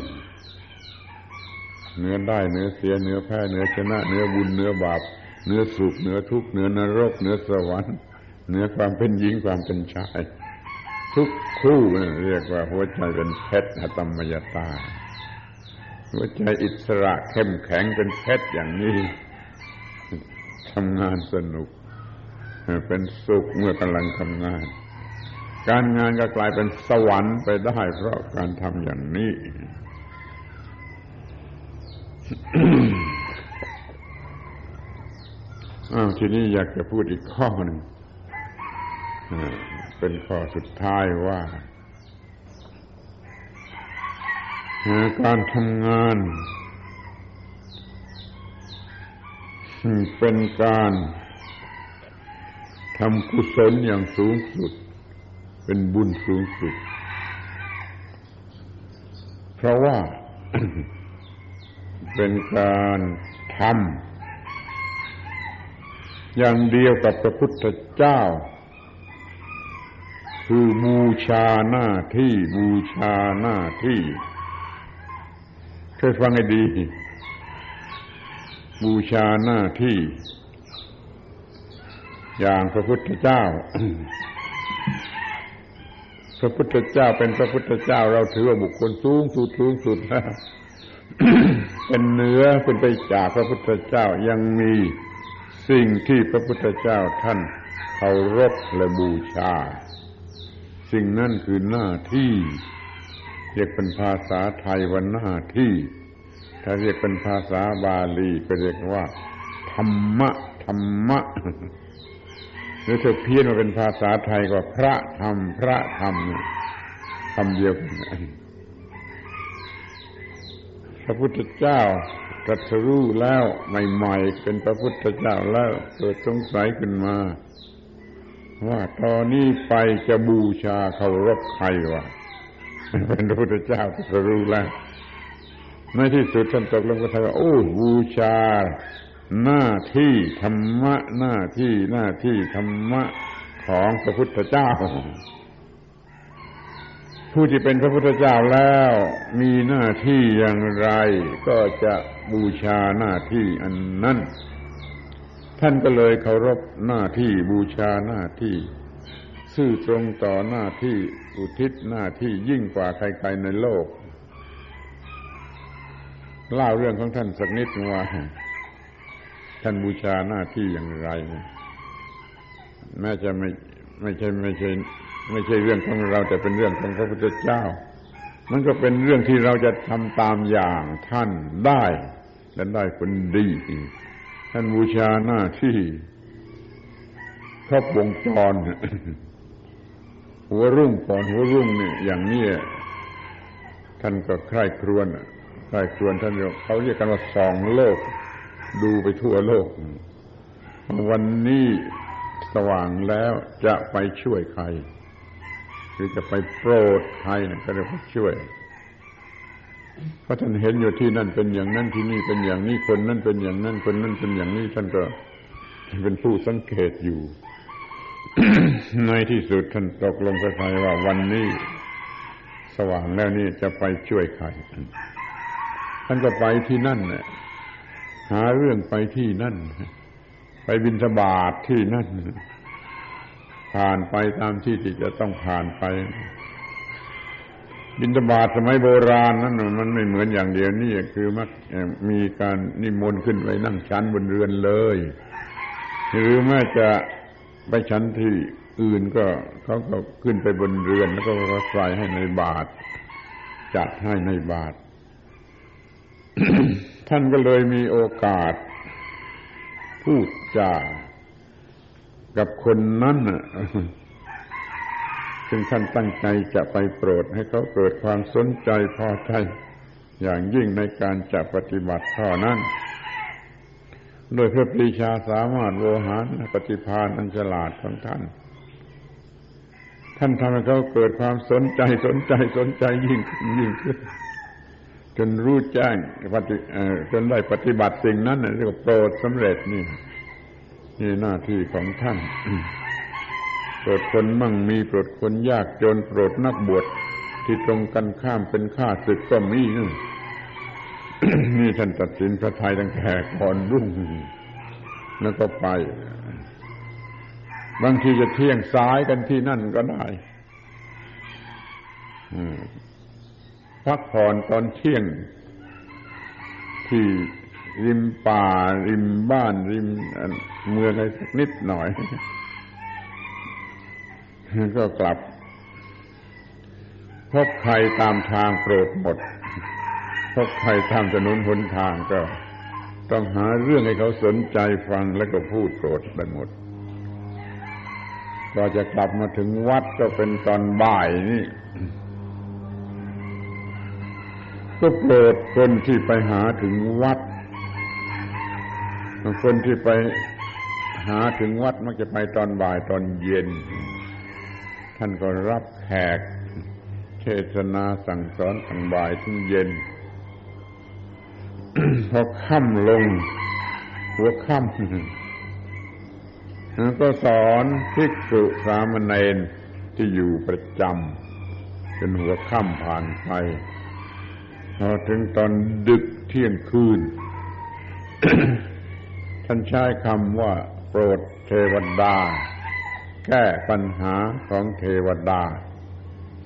เหนือได้เหนือเสียเหนือแพ้เหนือชนะเหนือบุญเหนือบาปเหนือสุขเหนือทุกข์เหนือนรกเหนือสวรรค์เหนือความเป็นหญิงความเป็นชายทุกคู่เรียกว่าหัวใจเป็นเพชรอตมยตาหัวใจอิสระเข้มแข็งเป็นเพชรอย่างนี้ทำงานสนุกเป็นสุขเมื่อกำลังทำงานการงานก็กลายเป็นสวรรค์ไปได้เพราะการทำอย่างนี้ อ้าวทีนี้อยากจะพูดอีกข้อหนึ่งเป็นข้อสุดท้ายว่าการทำงานเป็นการทำกุศลอย่างสูงสุดเป็นบุญสูงสุดเพราะว่า เป็นการทำอย่างเดียวกับพระพุทธเจ้าคือบูชาหน้าที่บูชาหน้าที่ช่วยฟังให้ดีบูชาหน้าที่อย่างพระพุทธเจ้าพระพุทธเจ้าเป็นพระพุทธเจ้าเราถือว่าบุคคลสูงสุดสูงสุดแล้ว เป็นเหนือเป็นไปจากพระพุทธเจ้ายังมีสิ่งที่พระพุทธเจ้าท่านเคารพและบูชาสิ่งนั้นคือหน้าที่เรียกเป็นภาษาไทยว่าหน้าที่ถ้าเรียกเป็นภาษาบาลีก็เรียกว่าธรรมะธรรมะหรือถ้าเพี้ยนมาเป็นภาษาไทยก็พระธรรมพระธรรมคำเดียวกันพระพุทธเจ้าตรัสรู้แล้วใหม่ๆเป็นพระพุทธเจ้าแล้วเกิดสงสัยขึ้นมาว่าตอนนี้ไปจะบูชาเคารพใครวะเป็นพระพุทธเจ้าตรัสรู้แล้วในที่สุดท่านตกลงกันว่าโอ้บูชาหน้าที่ธรรมะหน้าที่หน้าที่ธรรมะของพระพุทธเจ้าผู้ที่เป็นพระพุทธเจ้าแล้วมีหน้าที่อย่างไรก็จะบูชาหน้าที่อันนั้นท่านก็เลยเคารพหน้าที่บูชาหน้าที่ซื่อตรงต่อหน้าที่อุทิศหน้าที่ยิ่งกว่าใครๆในโลกเล่าเรื่องของท่านสักนิดว่าท่านบูชาหน้าที่อย่างไรแม้จะไม่ไม่ใช่ไม่ใช่ไม่ใช่เรื่องของเราแต่เป็นเรื่องของพระพุทธเจ้ามันก็เป็นเรื่องที่เราจะทำตามอย่างท่านได้และได้ผลดีท่านบูชาหน้าที่ครบวงจรหัวรุ่งก่อนหัวรุ่งเนี่ยอย่างนี้ท่านก็ใคร่ครวญใคร่ครวญท่านเขาเรียกกันว่าส่องโลกดูไปทั่วโลกวันนี้สว่างแล้วจะไปช่วยใครหรือจะไปโปรดใครเนี่ยก็เรียกว่าช่วยเพราะท่านเห็นอยู่ที่นั่นเป็นอย่างนั้นที่นี่เป็นอย่างนี้คนนั้นเป็นอย่างนั้นคนนั้นเป็นอย่างนี้ท่านก็เป็นผู้สังเกตอยู่ ในที่สุดท่านตกลงกับใครว่าวันนี้สว่างแล้วนี่จะไปช่วยใครท่านก็ไปที่นั่นน่ะหาเรื่องไปที่นั่นไปบิณฑบาตที่นั่นผ่านไปตามที่ที่จะต้องผ่านไปบิณฑบาตสมัยโบราณนั้นมันไม่เหมือนอย่างเดียวนี่คือมักมีการนิมนต์ขึ้นไปนั่งฉันบนเรือนเลยหรือแม้จะไปฉันที่อื่นก็เขาก็ขึ้นไปบนเรือนแล้วก็รับใส่ให้ในบาตรจัดให้ในบาตร ท่านก็เลยมีโอกาสพูดจากับคนนั้นน่ะซึ่งท่านตั้งใจจะไปโปรดให้เขาเกิดความสนใจพอใจอย่างยิ่งในการจะปฏิบัติข้อนั้นโดยพระปรีชาสามารถโวหารปฏิภาณอันฉลาดของท่านท่านทำให้เขาเกิดความสนใจสนใจสนใจยิ่งยิ่งขึ้นจนรู้แจ้งปฏิจนได้ปฏิบัติสิ่งนั้นเรียกว่าโปรดสำเร็จนี่นี่หน้าที่ของท่านโปรดคนมั่งมีโปรดคนยากจนโปรดนักบวชที่ตรงกันข้ามเป็นข้าศึกก็มีนี่ นี่ท่านตัดสินพระทัยตั้งแต่ก่อนรุ่งแล้วก็ไปบางทีจะเที่ยงสายกันที่นั่นก็ได้พักผ่อนตอนเที่ยงที่ริมป่าริมบ้านริมเมืองอะไรสักนิดหน่อยก็กลับพบใครตามทางโปรดหมดพบใครตามถนนหนทางก็ต้องหาเรื่องให้เขาสนใจฟังแล้วก็พูดโปรดไปหมดพอจะกลับมาถึงวัดก็เป็นตอนบ่ายนี่ก็โปรดคนที่ไปหาถึงวัดคนที่ไปหาถึงวัดมักจะไปตอนบ่ายตอนเย็นท่านก็รับแขกเทศนาสั่งสอนตั้งบ่ายถึงเย็น พอค่ำลงหัวค่ำก็สอนภิกษุสามเณรที่อยู่ประจำจนหัวค่ำผ่านไปพอถึงตอนดึกเที่ยงคืน ท่านใช้คำว่าโปรดเทวดาแก้ปัญหาของเทวดา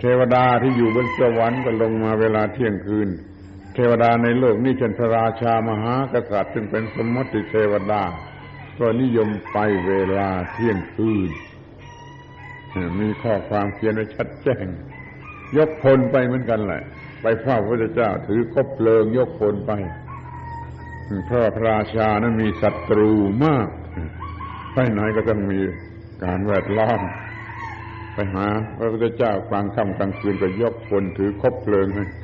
เทวดาที่อยู่บนสวรรค์ก็ลงมาเวลาเที่ยงคืนเทวดาในโลกนี้เช่นพระราชามหากษัตริย์ซึ่งเป็นสมมติเทวดาก็นิยมไปเวลาเที่ยงคืนมีข้อความเขียนไว้ชัดแจ้งยกพลไปเหมือนกันแหละไปเฝ้าพระพุทธเจ้าถือคบเพลิงยกพลไปเพราะพระราชานั้นมีศัตรูมากไปไหนก็ต้องมีการแวดล้อมไปหาพระพุทธเจ้ากลางค่ำกลางคืนก็ยกพลถือคบเพลิงให้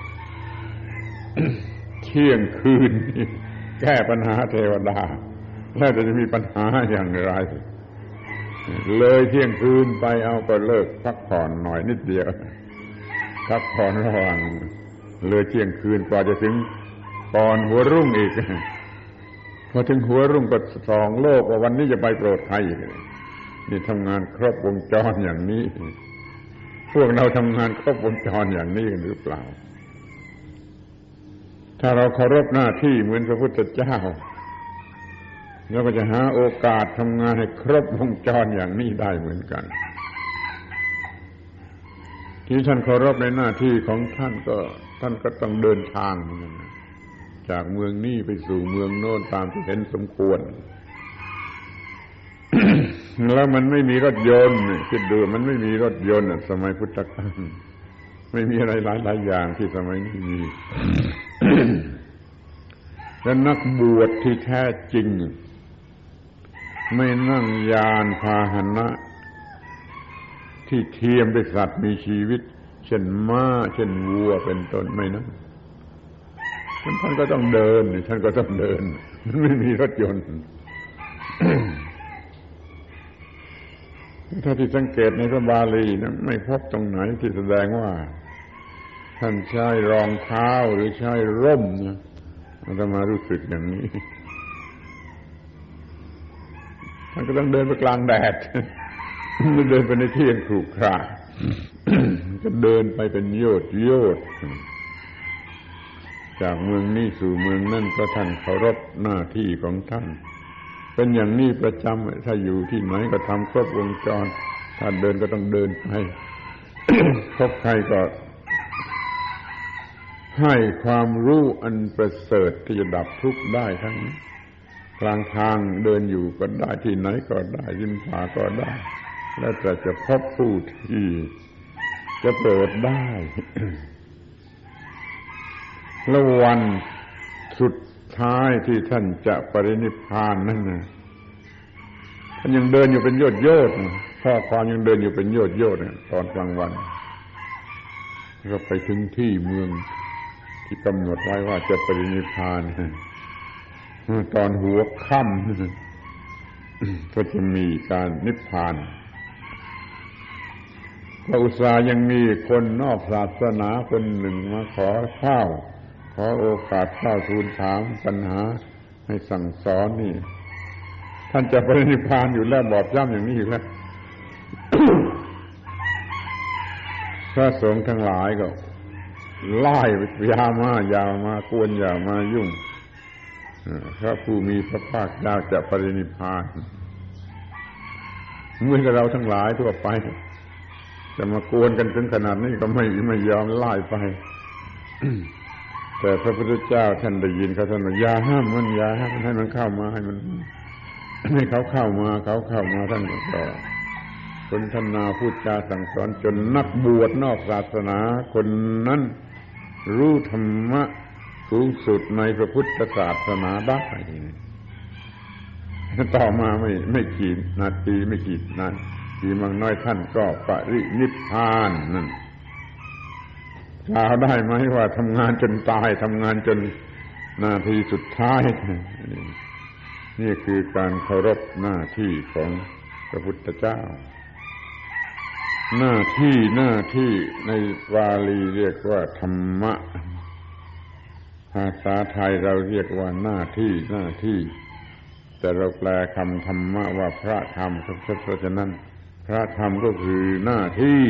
เที่ยงคืนแก้ปัญหาเทวดาแล้วจะมีปัญหาอย่างไรเลยเที่ยงคืนไปเอาก็เลิกพักผ่อนหน่อยนิดเดียวพักผ่อนระหว่างเลยเที่ยงคืนกว่าจะถึงก่อนหัวรุ่งอีกพอถึงหัวรุ่งก็ส่องโลกว่าวันนี้จะไปโปรดใครนี่ทำงานครบวงจรอย่างนี้พวกเราทำงานครบวงจรอย่างนี้กันหรือเปล่าถ้าเราเคารพหน้าที่เหมือนพระพุทธเจ้าเราก็จะหาโอกาสทำงานให้ครบวงจรอย่างนี้ได้เหมือนกันที่ท่านเคารพในหน้าที่ของท่านก็ท่านก็ต้องเดินทางเหมือนกันจากเมืองนี้ไปสู่เมืองโน้นตามที่เห็นสมควร แล้วมันไม่มีรถยนต์คิดดูมันไม่มีรถยนต์สมัยพุทธกาลไม่มีอะไรหลายๆอย่างที่สมัยนี้มี และนักบวชที่แท้จริงไม่นั่งยานพาหนะที่เทียมด้วยสัตว์มีชีวิตเช่นม้าเช่นวัวเป็นต้นไม่นะท่านก็ต้องเดินท่านก็ต้องเดินไม่มีรถยนต์ ถ้าที่สังเกตในพระบาลีนะไม่พบตรงไหนที่แสดงว่าท่านใช้รองเท้าหรือใช้ร่มนะอาตมารู้สึกอย่างนี้ท่านก็ต้องเดินไปกลางแดดไม่เดินไปในที่อันขรุขระก็เดินไปเป็นโยชน์โยชน์จากเมืองนี้สู่เมืองนั่นก็ท่านเคารพหน้าที่ของท่านเป็นอย่างนี้ประจำถ้าอยู่ที่ไหนก็ทำครบวงจรถ้าเดินก็ต้องเดินไป พบใครก็ให้ความรู้อันประเสริฐที่จะดับทุกข์ได้ทั้งนั้นกลางทางเดินอยู่ก็ได้ที่ไหนก็ได้ริมผาก็ได้แล้วแต่จะพบผู้ที่จะโปรดได้ แล้ววันสุดท้ายที่ท่านจะปรินิพพานนั่นนะท่านยังเดินอยู่เป็นโยชน์โยชน์ข้อความยังเดินอยู่เป็นโยชน์โยชน์ตอนกลางวันก็ไปถึงที่เมืองที่กำหนดไว้ว่าจะปรินิพพานตอนหัวค่ำก็จะมีการนิพพานก็อุตส่าห์ยังมีคนนอกศาสนาคนหนึ่งมาขอข้าวขอโอกาสข้าวทูลถามปัญหาให้สั่งสอนนี่ท่านจะปรินิพพานอยู่แล้วบอกย้ำอย่างนี้อยู่แล้ว พระสงฆ์ทั้งหลายก็ไล่ยามาอย่ามากวนอย่ามายุ่งพระผู้มีพระภาคเจ้าจะปรินิพพานเหมือนกับเราทั้งหลายทั่วไปจะมากวนกันถึงขนาดนี้ก็ไม่ไม่ยอมไล่ไป แต่พระพุทธเจ้าท่านได้ยินเขาท่านว่าอย่าห้ามมันอย่าห้ามให้มันเข้ามาให้มันให้เขาเข้ามาเขาเข้ามาท่านก็สนทนาพูดจาสั่งสอนจนนักบวชนอกศาสนาคนนั้นรู้ธรรมะสูงสุดในพระพุทธศาสนาได้ต่อมาไม่ไม่กี่นาทีไม่กี่นาทีบางน้อยท่านก็ปรินิพพานนั่นกล่าวได้ไหมว่าทำงานจนตายทำงานจนนาทีสุดท้ายนี่คือการเคารพหน้าที่ของพระพุทธเจ้าหน้าที่หน้าที่ในวาลีเรียกว่าธรรมะภาษาไทยเราเรียกว่าหน้าที่หน้าที่แต่เราแปลคำธรรมะว่าพระธรรมเพราะฉะนั้นพระธรรมก็คือหน้าที่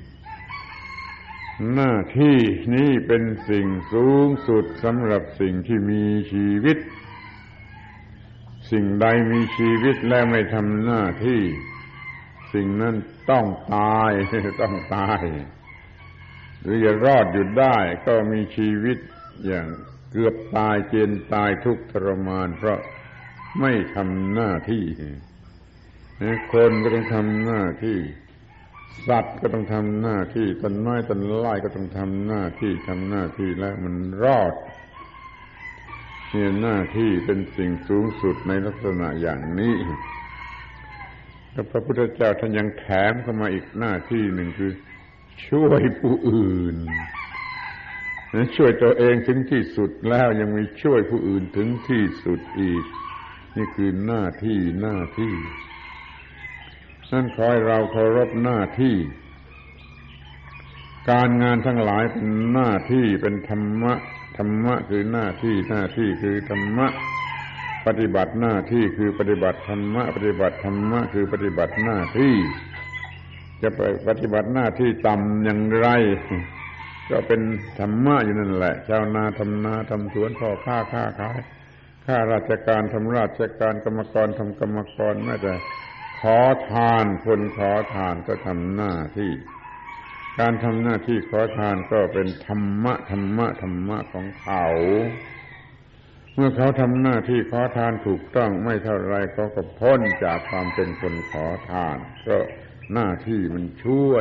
หน้าที่นี้เป็นสิ่งสูงสุดสำหรับสิ่งที่มีชีวิตสิ่งใดมีชีวิตและไม่ทำหน้าที่สิ่งนั้นต้องตายต้องตายหรือจะรอดอยู่ได้ก็มีชีวิตอย่างเกือบตายเจนตายทุกข์ทรมานเพราะไม่ทำหน้าที่คนก็ต้องทำหน้าที่สัตว์ก็ต้องทำหน้าที่ต้นไม้ต้นไม้ก็ต้องทำหน้าที่ทำหน้าที่แล้วมันรอดเนี่ยหน้าที่เป็นสิ่งสูงสุดในลักษณะอย่างนี้แล้วพระพุทธเจ้าท่านยังแถมเข้ามาอีกหน้าที่หนึ่งคือช่วยผู้อื่นช่วยตัวเองถึงที่สุดแล้วยังมีช่วยผู้อื่นถึงที่สุดอีกนี่คือหน้าที่หน้าที่นั่นขอให้เราเคารพหน้าที่การงานทั้งหลายเป็นหน้าที่เป็นธรรมะธรรมะคือหน้าที่หน้าที่คือธรรมะปฏิบัติหน้าที่คือปฏิบัติธรรมะปฏิบัติธรรมะคือปฏิบัติหน้าที่จะไปปฏิบัติหน้าที่ต่ำอย่างไรก็เป็นธรรมะอยู่นั่นแหละชาวนาทำนาทำสวนพ่อค้าค้าขายข้าราชการทำราชการกรรมกรทำกรรมกรแม้แต่ขอทานคนขอทานก็ทำหน้าที่การทำหน้าที่ขอทานก็เป็นธรรมะธรรมะธรรมะของเขาเมื่อเขาทำหน้าที่ขอทานถูกต้องไม่เท่าไรเขาก็พ้นจากความเป็นคนขอทานเพราะหน้าที่มันช่วย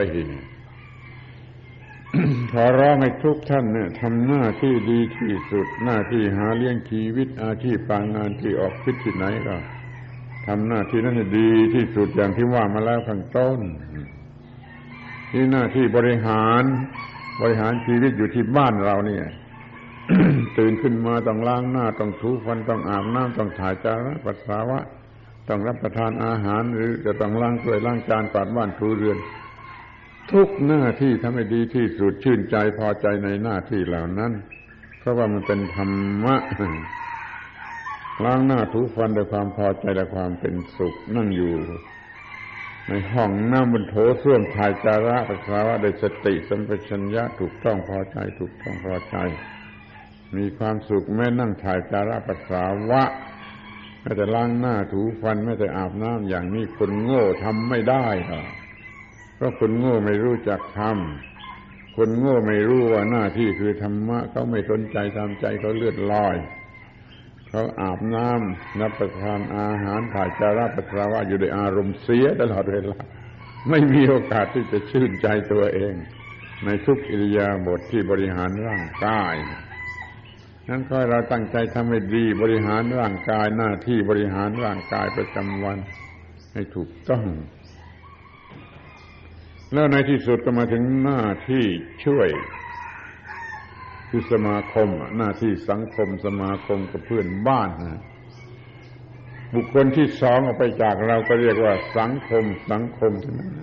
ขอร้องให้ทุกท่านเนี่ยทำหน้าที่ดีที่สุดหน้าที่หาเลี้ยงชีวิตอาชีพการงานที่ออกคิดที่ไหนก็ทำหน้าที่นั้นให้ดีที่สุดอย่างที่ว่ามาแล้วข้างต้นที่หน้าที่บริหารบริหารชีวิตอยู่ที่บ้านเราเนี่ย ตื่นขึ้นมาต้องล้างหน้าต้องถูฟันต้องอาบน้ำต้องถ่ายจาระปัสสาวะต้องรับประทานอาหารหรือจะต้องล้างถ้วยล้างจานกวาดบ้านถูเรือนทุกหน้าที่ทำให้ดีที่สุดชื่นใจพอใจในหน้าที่เหล่านั้นเพราะว่ามันเป็นธรรมะล้างหน้าถูฟันด้วยความพอใจและความเป็นสุขนั่งอยู่ในห้องน้ำบนโถส้วมถ่ายจาระปัสสาวะด้วยสติสัมปชัญญะถูกต้องพอใจถูกต้องพอใจมีความสุขแม้นั่งถ่ายจาระปัสสาวะแม้แต่ล้างหน้าถูฟันแม้แต่อาบน้ำอย่างนี้คนโง่ทำไม่ได้หรอกเพราะคนโง่ไม่รู้จักทำคนโง่ไม่รู้ว่าหน้าที่คือธรรมะเขาไม่สนใจทำใจเขาเลือดลอยเขาอาบน้ำรับประทานอาหารถ่ายจาระปัสสาวะอยู่ในอารมณ์เสียตลอดเวลาไม่มีโอกาสที่จะชื่นใจตัวเองในทุกอิริยาบถที่บริหารร่างกายนั้นขอให้เราตั้งใจทำให้ดีบริหารร่างกายหน้าที่บริหารร่างกายประจำวันให้ถูกต้องแล้วในที่สุดก็มาถึงหน้าที่ช่วยคือสมาคมหน้าที่สังคมสมาคมกับเพื่อนบ้านนะบุคคลที่สองออกไปจากเราก็เรียกว่าสังคมสังคมเท่านั้น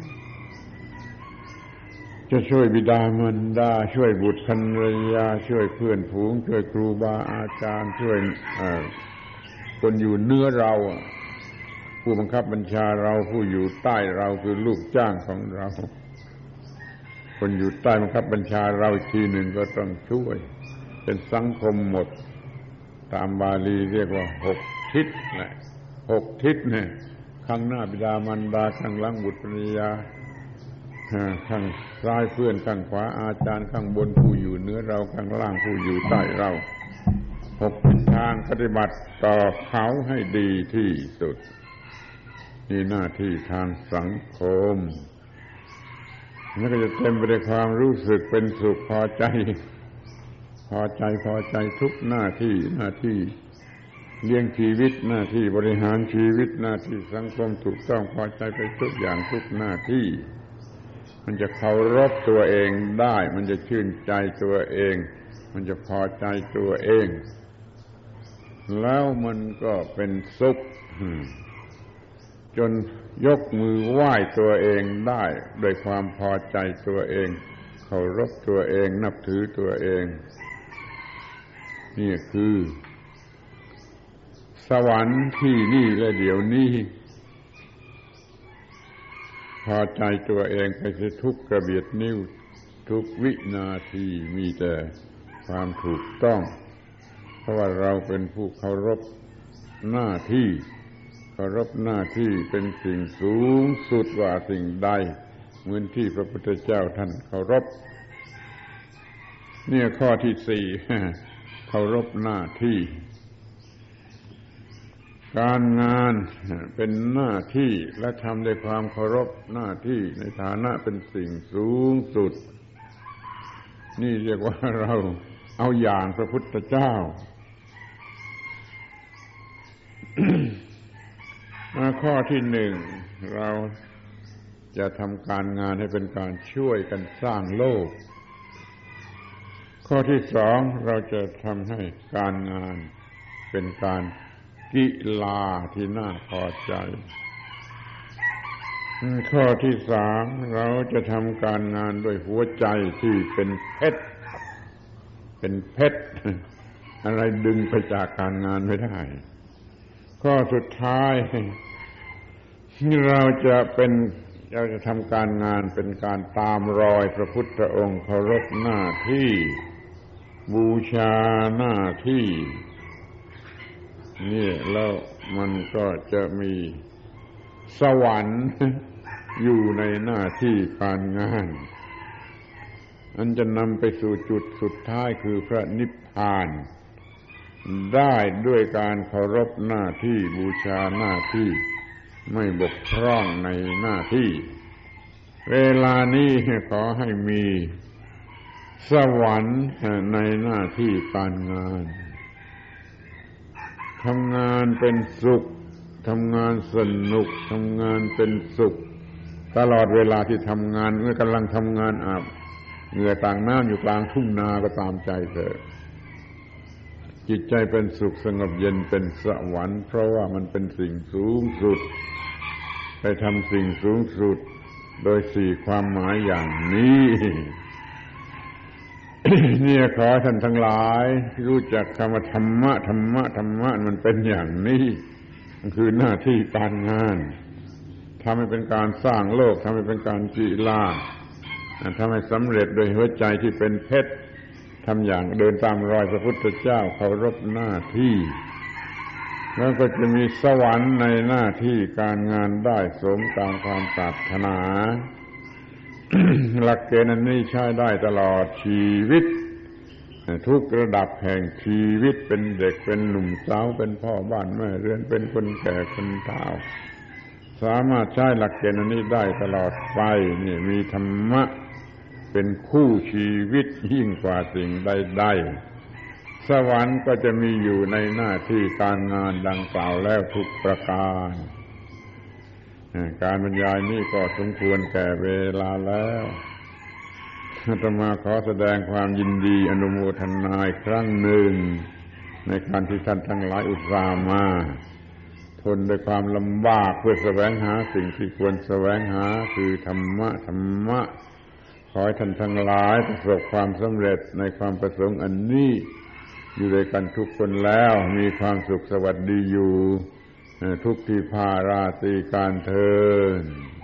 จะช่วยบิดามารดาช่วยบุตรภรรยาช่วยเพื่อนฝูงช่วยครูบาอาจารย์ช่วยคนอยู่เนื้อเราผู้บังคับบัญชาเราผู้อยู่ใต้เราคือลูกจ้างของเราคนอยู่ใต้บังคับบัญชาเราทีหนึ่งก็ต้องช่วยเป็นสังคมหมดตามบาลีเรียกว่าหกทิศแหละหกทิศเนี่ยข้างหน้าบิดามารดาข้างหลังบุตรภรรยาข้างซ้ายเพื่อนข้างขวาอาจารย์ข้างบนผู้อยู่เหนือเราข้างล่างผู้อยู่ใต้เราหกทิศทางปฏิบัติต่อเขาให้ดีที่สุดนี่หน้าที่ทางสังคมแล้วก็จะเต็มไปด้วยความรู้สึกเป็นสุขพอใจพอใจพอใจทุกหน้าที่หน้าที่เลี้ยงชีวิตหน้าที่บริหารชีวิตหน้าที่สังคมถูกต้องพอใจไปทุกอย่างทุกหน้าที่มันจะเคารพตัวเองได้มันจะชื่นใจตัวเองมันจะพอใจตัวเองแล้วมันก็เป็นสุขจนยกมือไหว้ตัวเองได้โดยความพอใจตัวเองเคารพตัวเองนับถือตัวเองนี่คือสวรรค์ที่นี่และเดี๋ยวนี้พอใจตัวเองไปเสียทุกกระเบียดนิ้วทุกวินาทีมีแต่ความถูกต้องเพราะว่าเราเป็นผู้เคารพหน้าที่เคารพหน้าที่เป็นสิ่งสูงสุดกว่าสิ่งใดเหมือนที่พระพุทธเจ้าท่านเคารพเนี่ยข้อที่สี่เคารพหน้าที่การงานเป็นหน้าที่และทำด้วยความเคารพหน้าที่ในฐานะเป็นสิ่งสูงสุดนี่เรียกว่าเราเอาอย่างพระพุทธเจ้า ข้อที่หนึ่งเราจะทำการงานให้เป็นการช่วยกันสร้างโลกข้อที่สองเราจะทำให้การงานเป็นการกีฬาที่น่าพอใจข้อที่สามเราจะทำการงานด้วยหัวใจที่เป็นเพชรเป็นเพชรอะไรดึงไปจากการงานไม่ได้ข้อสุดท้ายเราจะเป็นเราจะทำการงานเป็นการตามรอยพระพุทธองค์เคารพหน้าที่บูชาหน้าที่นี่แล้วมันก็จะมีสวรรค์อยู่ในหน้าที่การงานอันจะนำไปสู่จุดสุดท้ายคือพระนิพพานได้ด้วยการเคารพหน้าที่บูชาหน้าที่ไม่บกพร่องในหน้าที่เวลานี้ขอให้มีสวรรค์ในหน้าที่การงานทำงานเป็นสุขทำงานสนุกทำงานเป็นสุขตลอดเวลาที่ทำงานเมื่อกำลังทำงานอาบเหงื่อต่างน้ำอยู่กลางทุ่งนาก็ตามใจเถอะจิตใจเป็นสุขสงบเย็นเป็นสวรรค์เพราะว่ามันเป็นสิ่งสูงสุดไปทำสิ่งสูงสุดโดยสี่ความหมายอย่างนี้ เนี่ยขอท่านทั้งหลายรู้จักคำว่าธรรมะธรรมะธรรมะมันเป็นอย่างนี้มันคือหน้าที่การงานทำให้เป็นการสร้างโลกทำให้เป็นการกีฬาทำให้สำเร็จโดยหัวใจที่เป็นเพชรทำอย่างเดินตามรอยพระพุทธเจ้าเคารพหน้าที่แล้วก็จะมีสวรรค์ในหน้าที่การงานได้สมตามความปรารถนา หลักเกณฑ์อันนี้ใช้ได้ตลอดชีวิตทุกระดับแห่งชีวิตเป็นเด็กเป็นหนุ่มสาวเป็นพ่อบ้านแม่เรือนเป็นคนแก่คนเฒ่าสามารถใช้หลักเกณฑ์อันนี้ได้ตลอดไปนี่มีธรรมะเป็นคู่ชีวิตยิ่งกว่าสิ่งใดๆสวรรค์ก็จะมีอยู่ในหน้าที่การงานดังกล่าวแล้วทุกประการการบรรยายนี้ก็สมควรแก่เวลาแล้วอาตมาขอแสดงความยินดีอนุโมทนาอีกครั้งหนึ่งในการที่ท่านทั้งหลายอุตส่าห์มาทนด้วยความลำบากเพื่อแสวงหาสิ่งที่ควรแสวงหาคือธรรมะธรรมะขอให้ท่านทั้งหลายประสบความสำเร็จในความประสงค์อันนี้อยู่ด้วยกันทุกคนแล้วมีความสุขสวัสดีอยู่ทุกที่พาราตรีการเทิน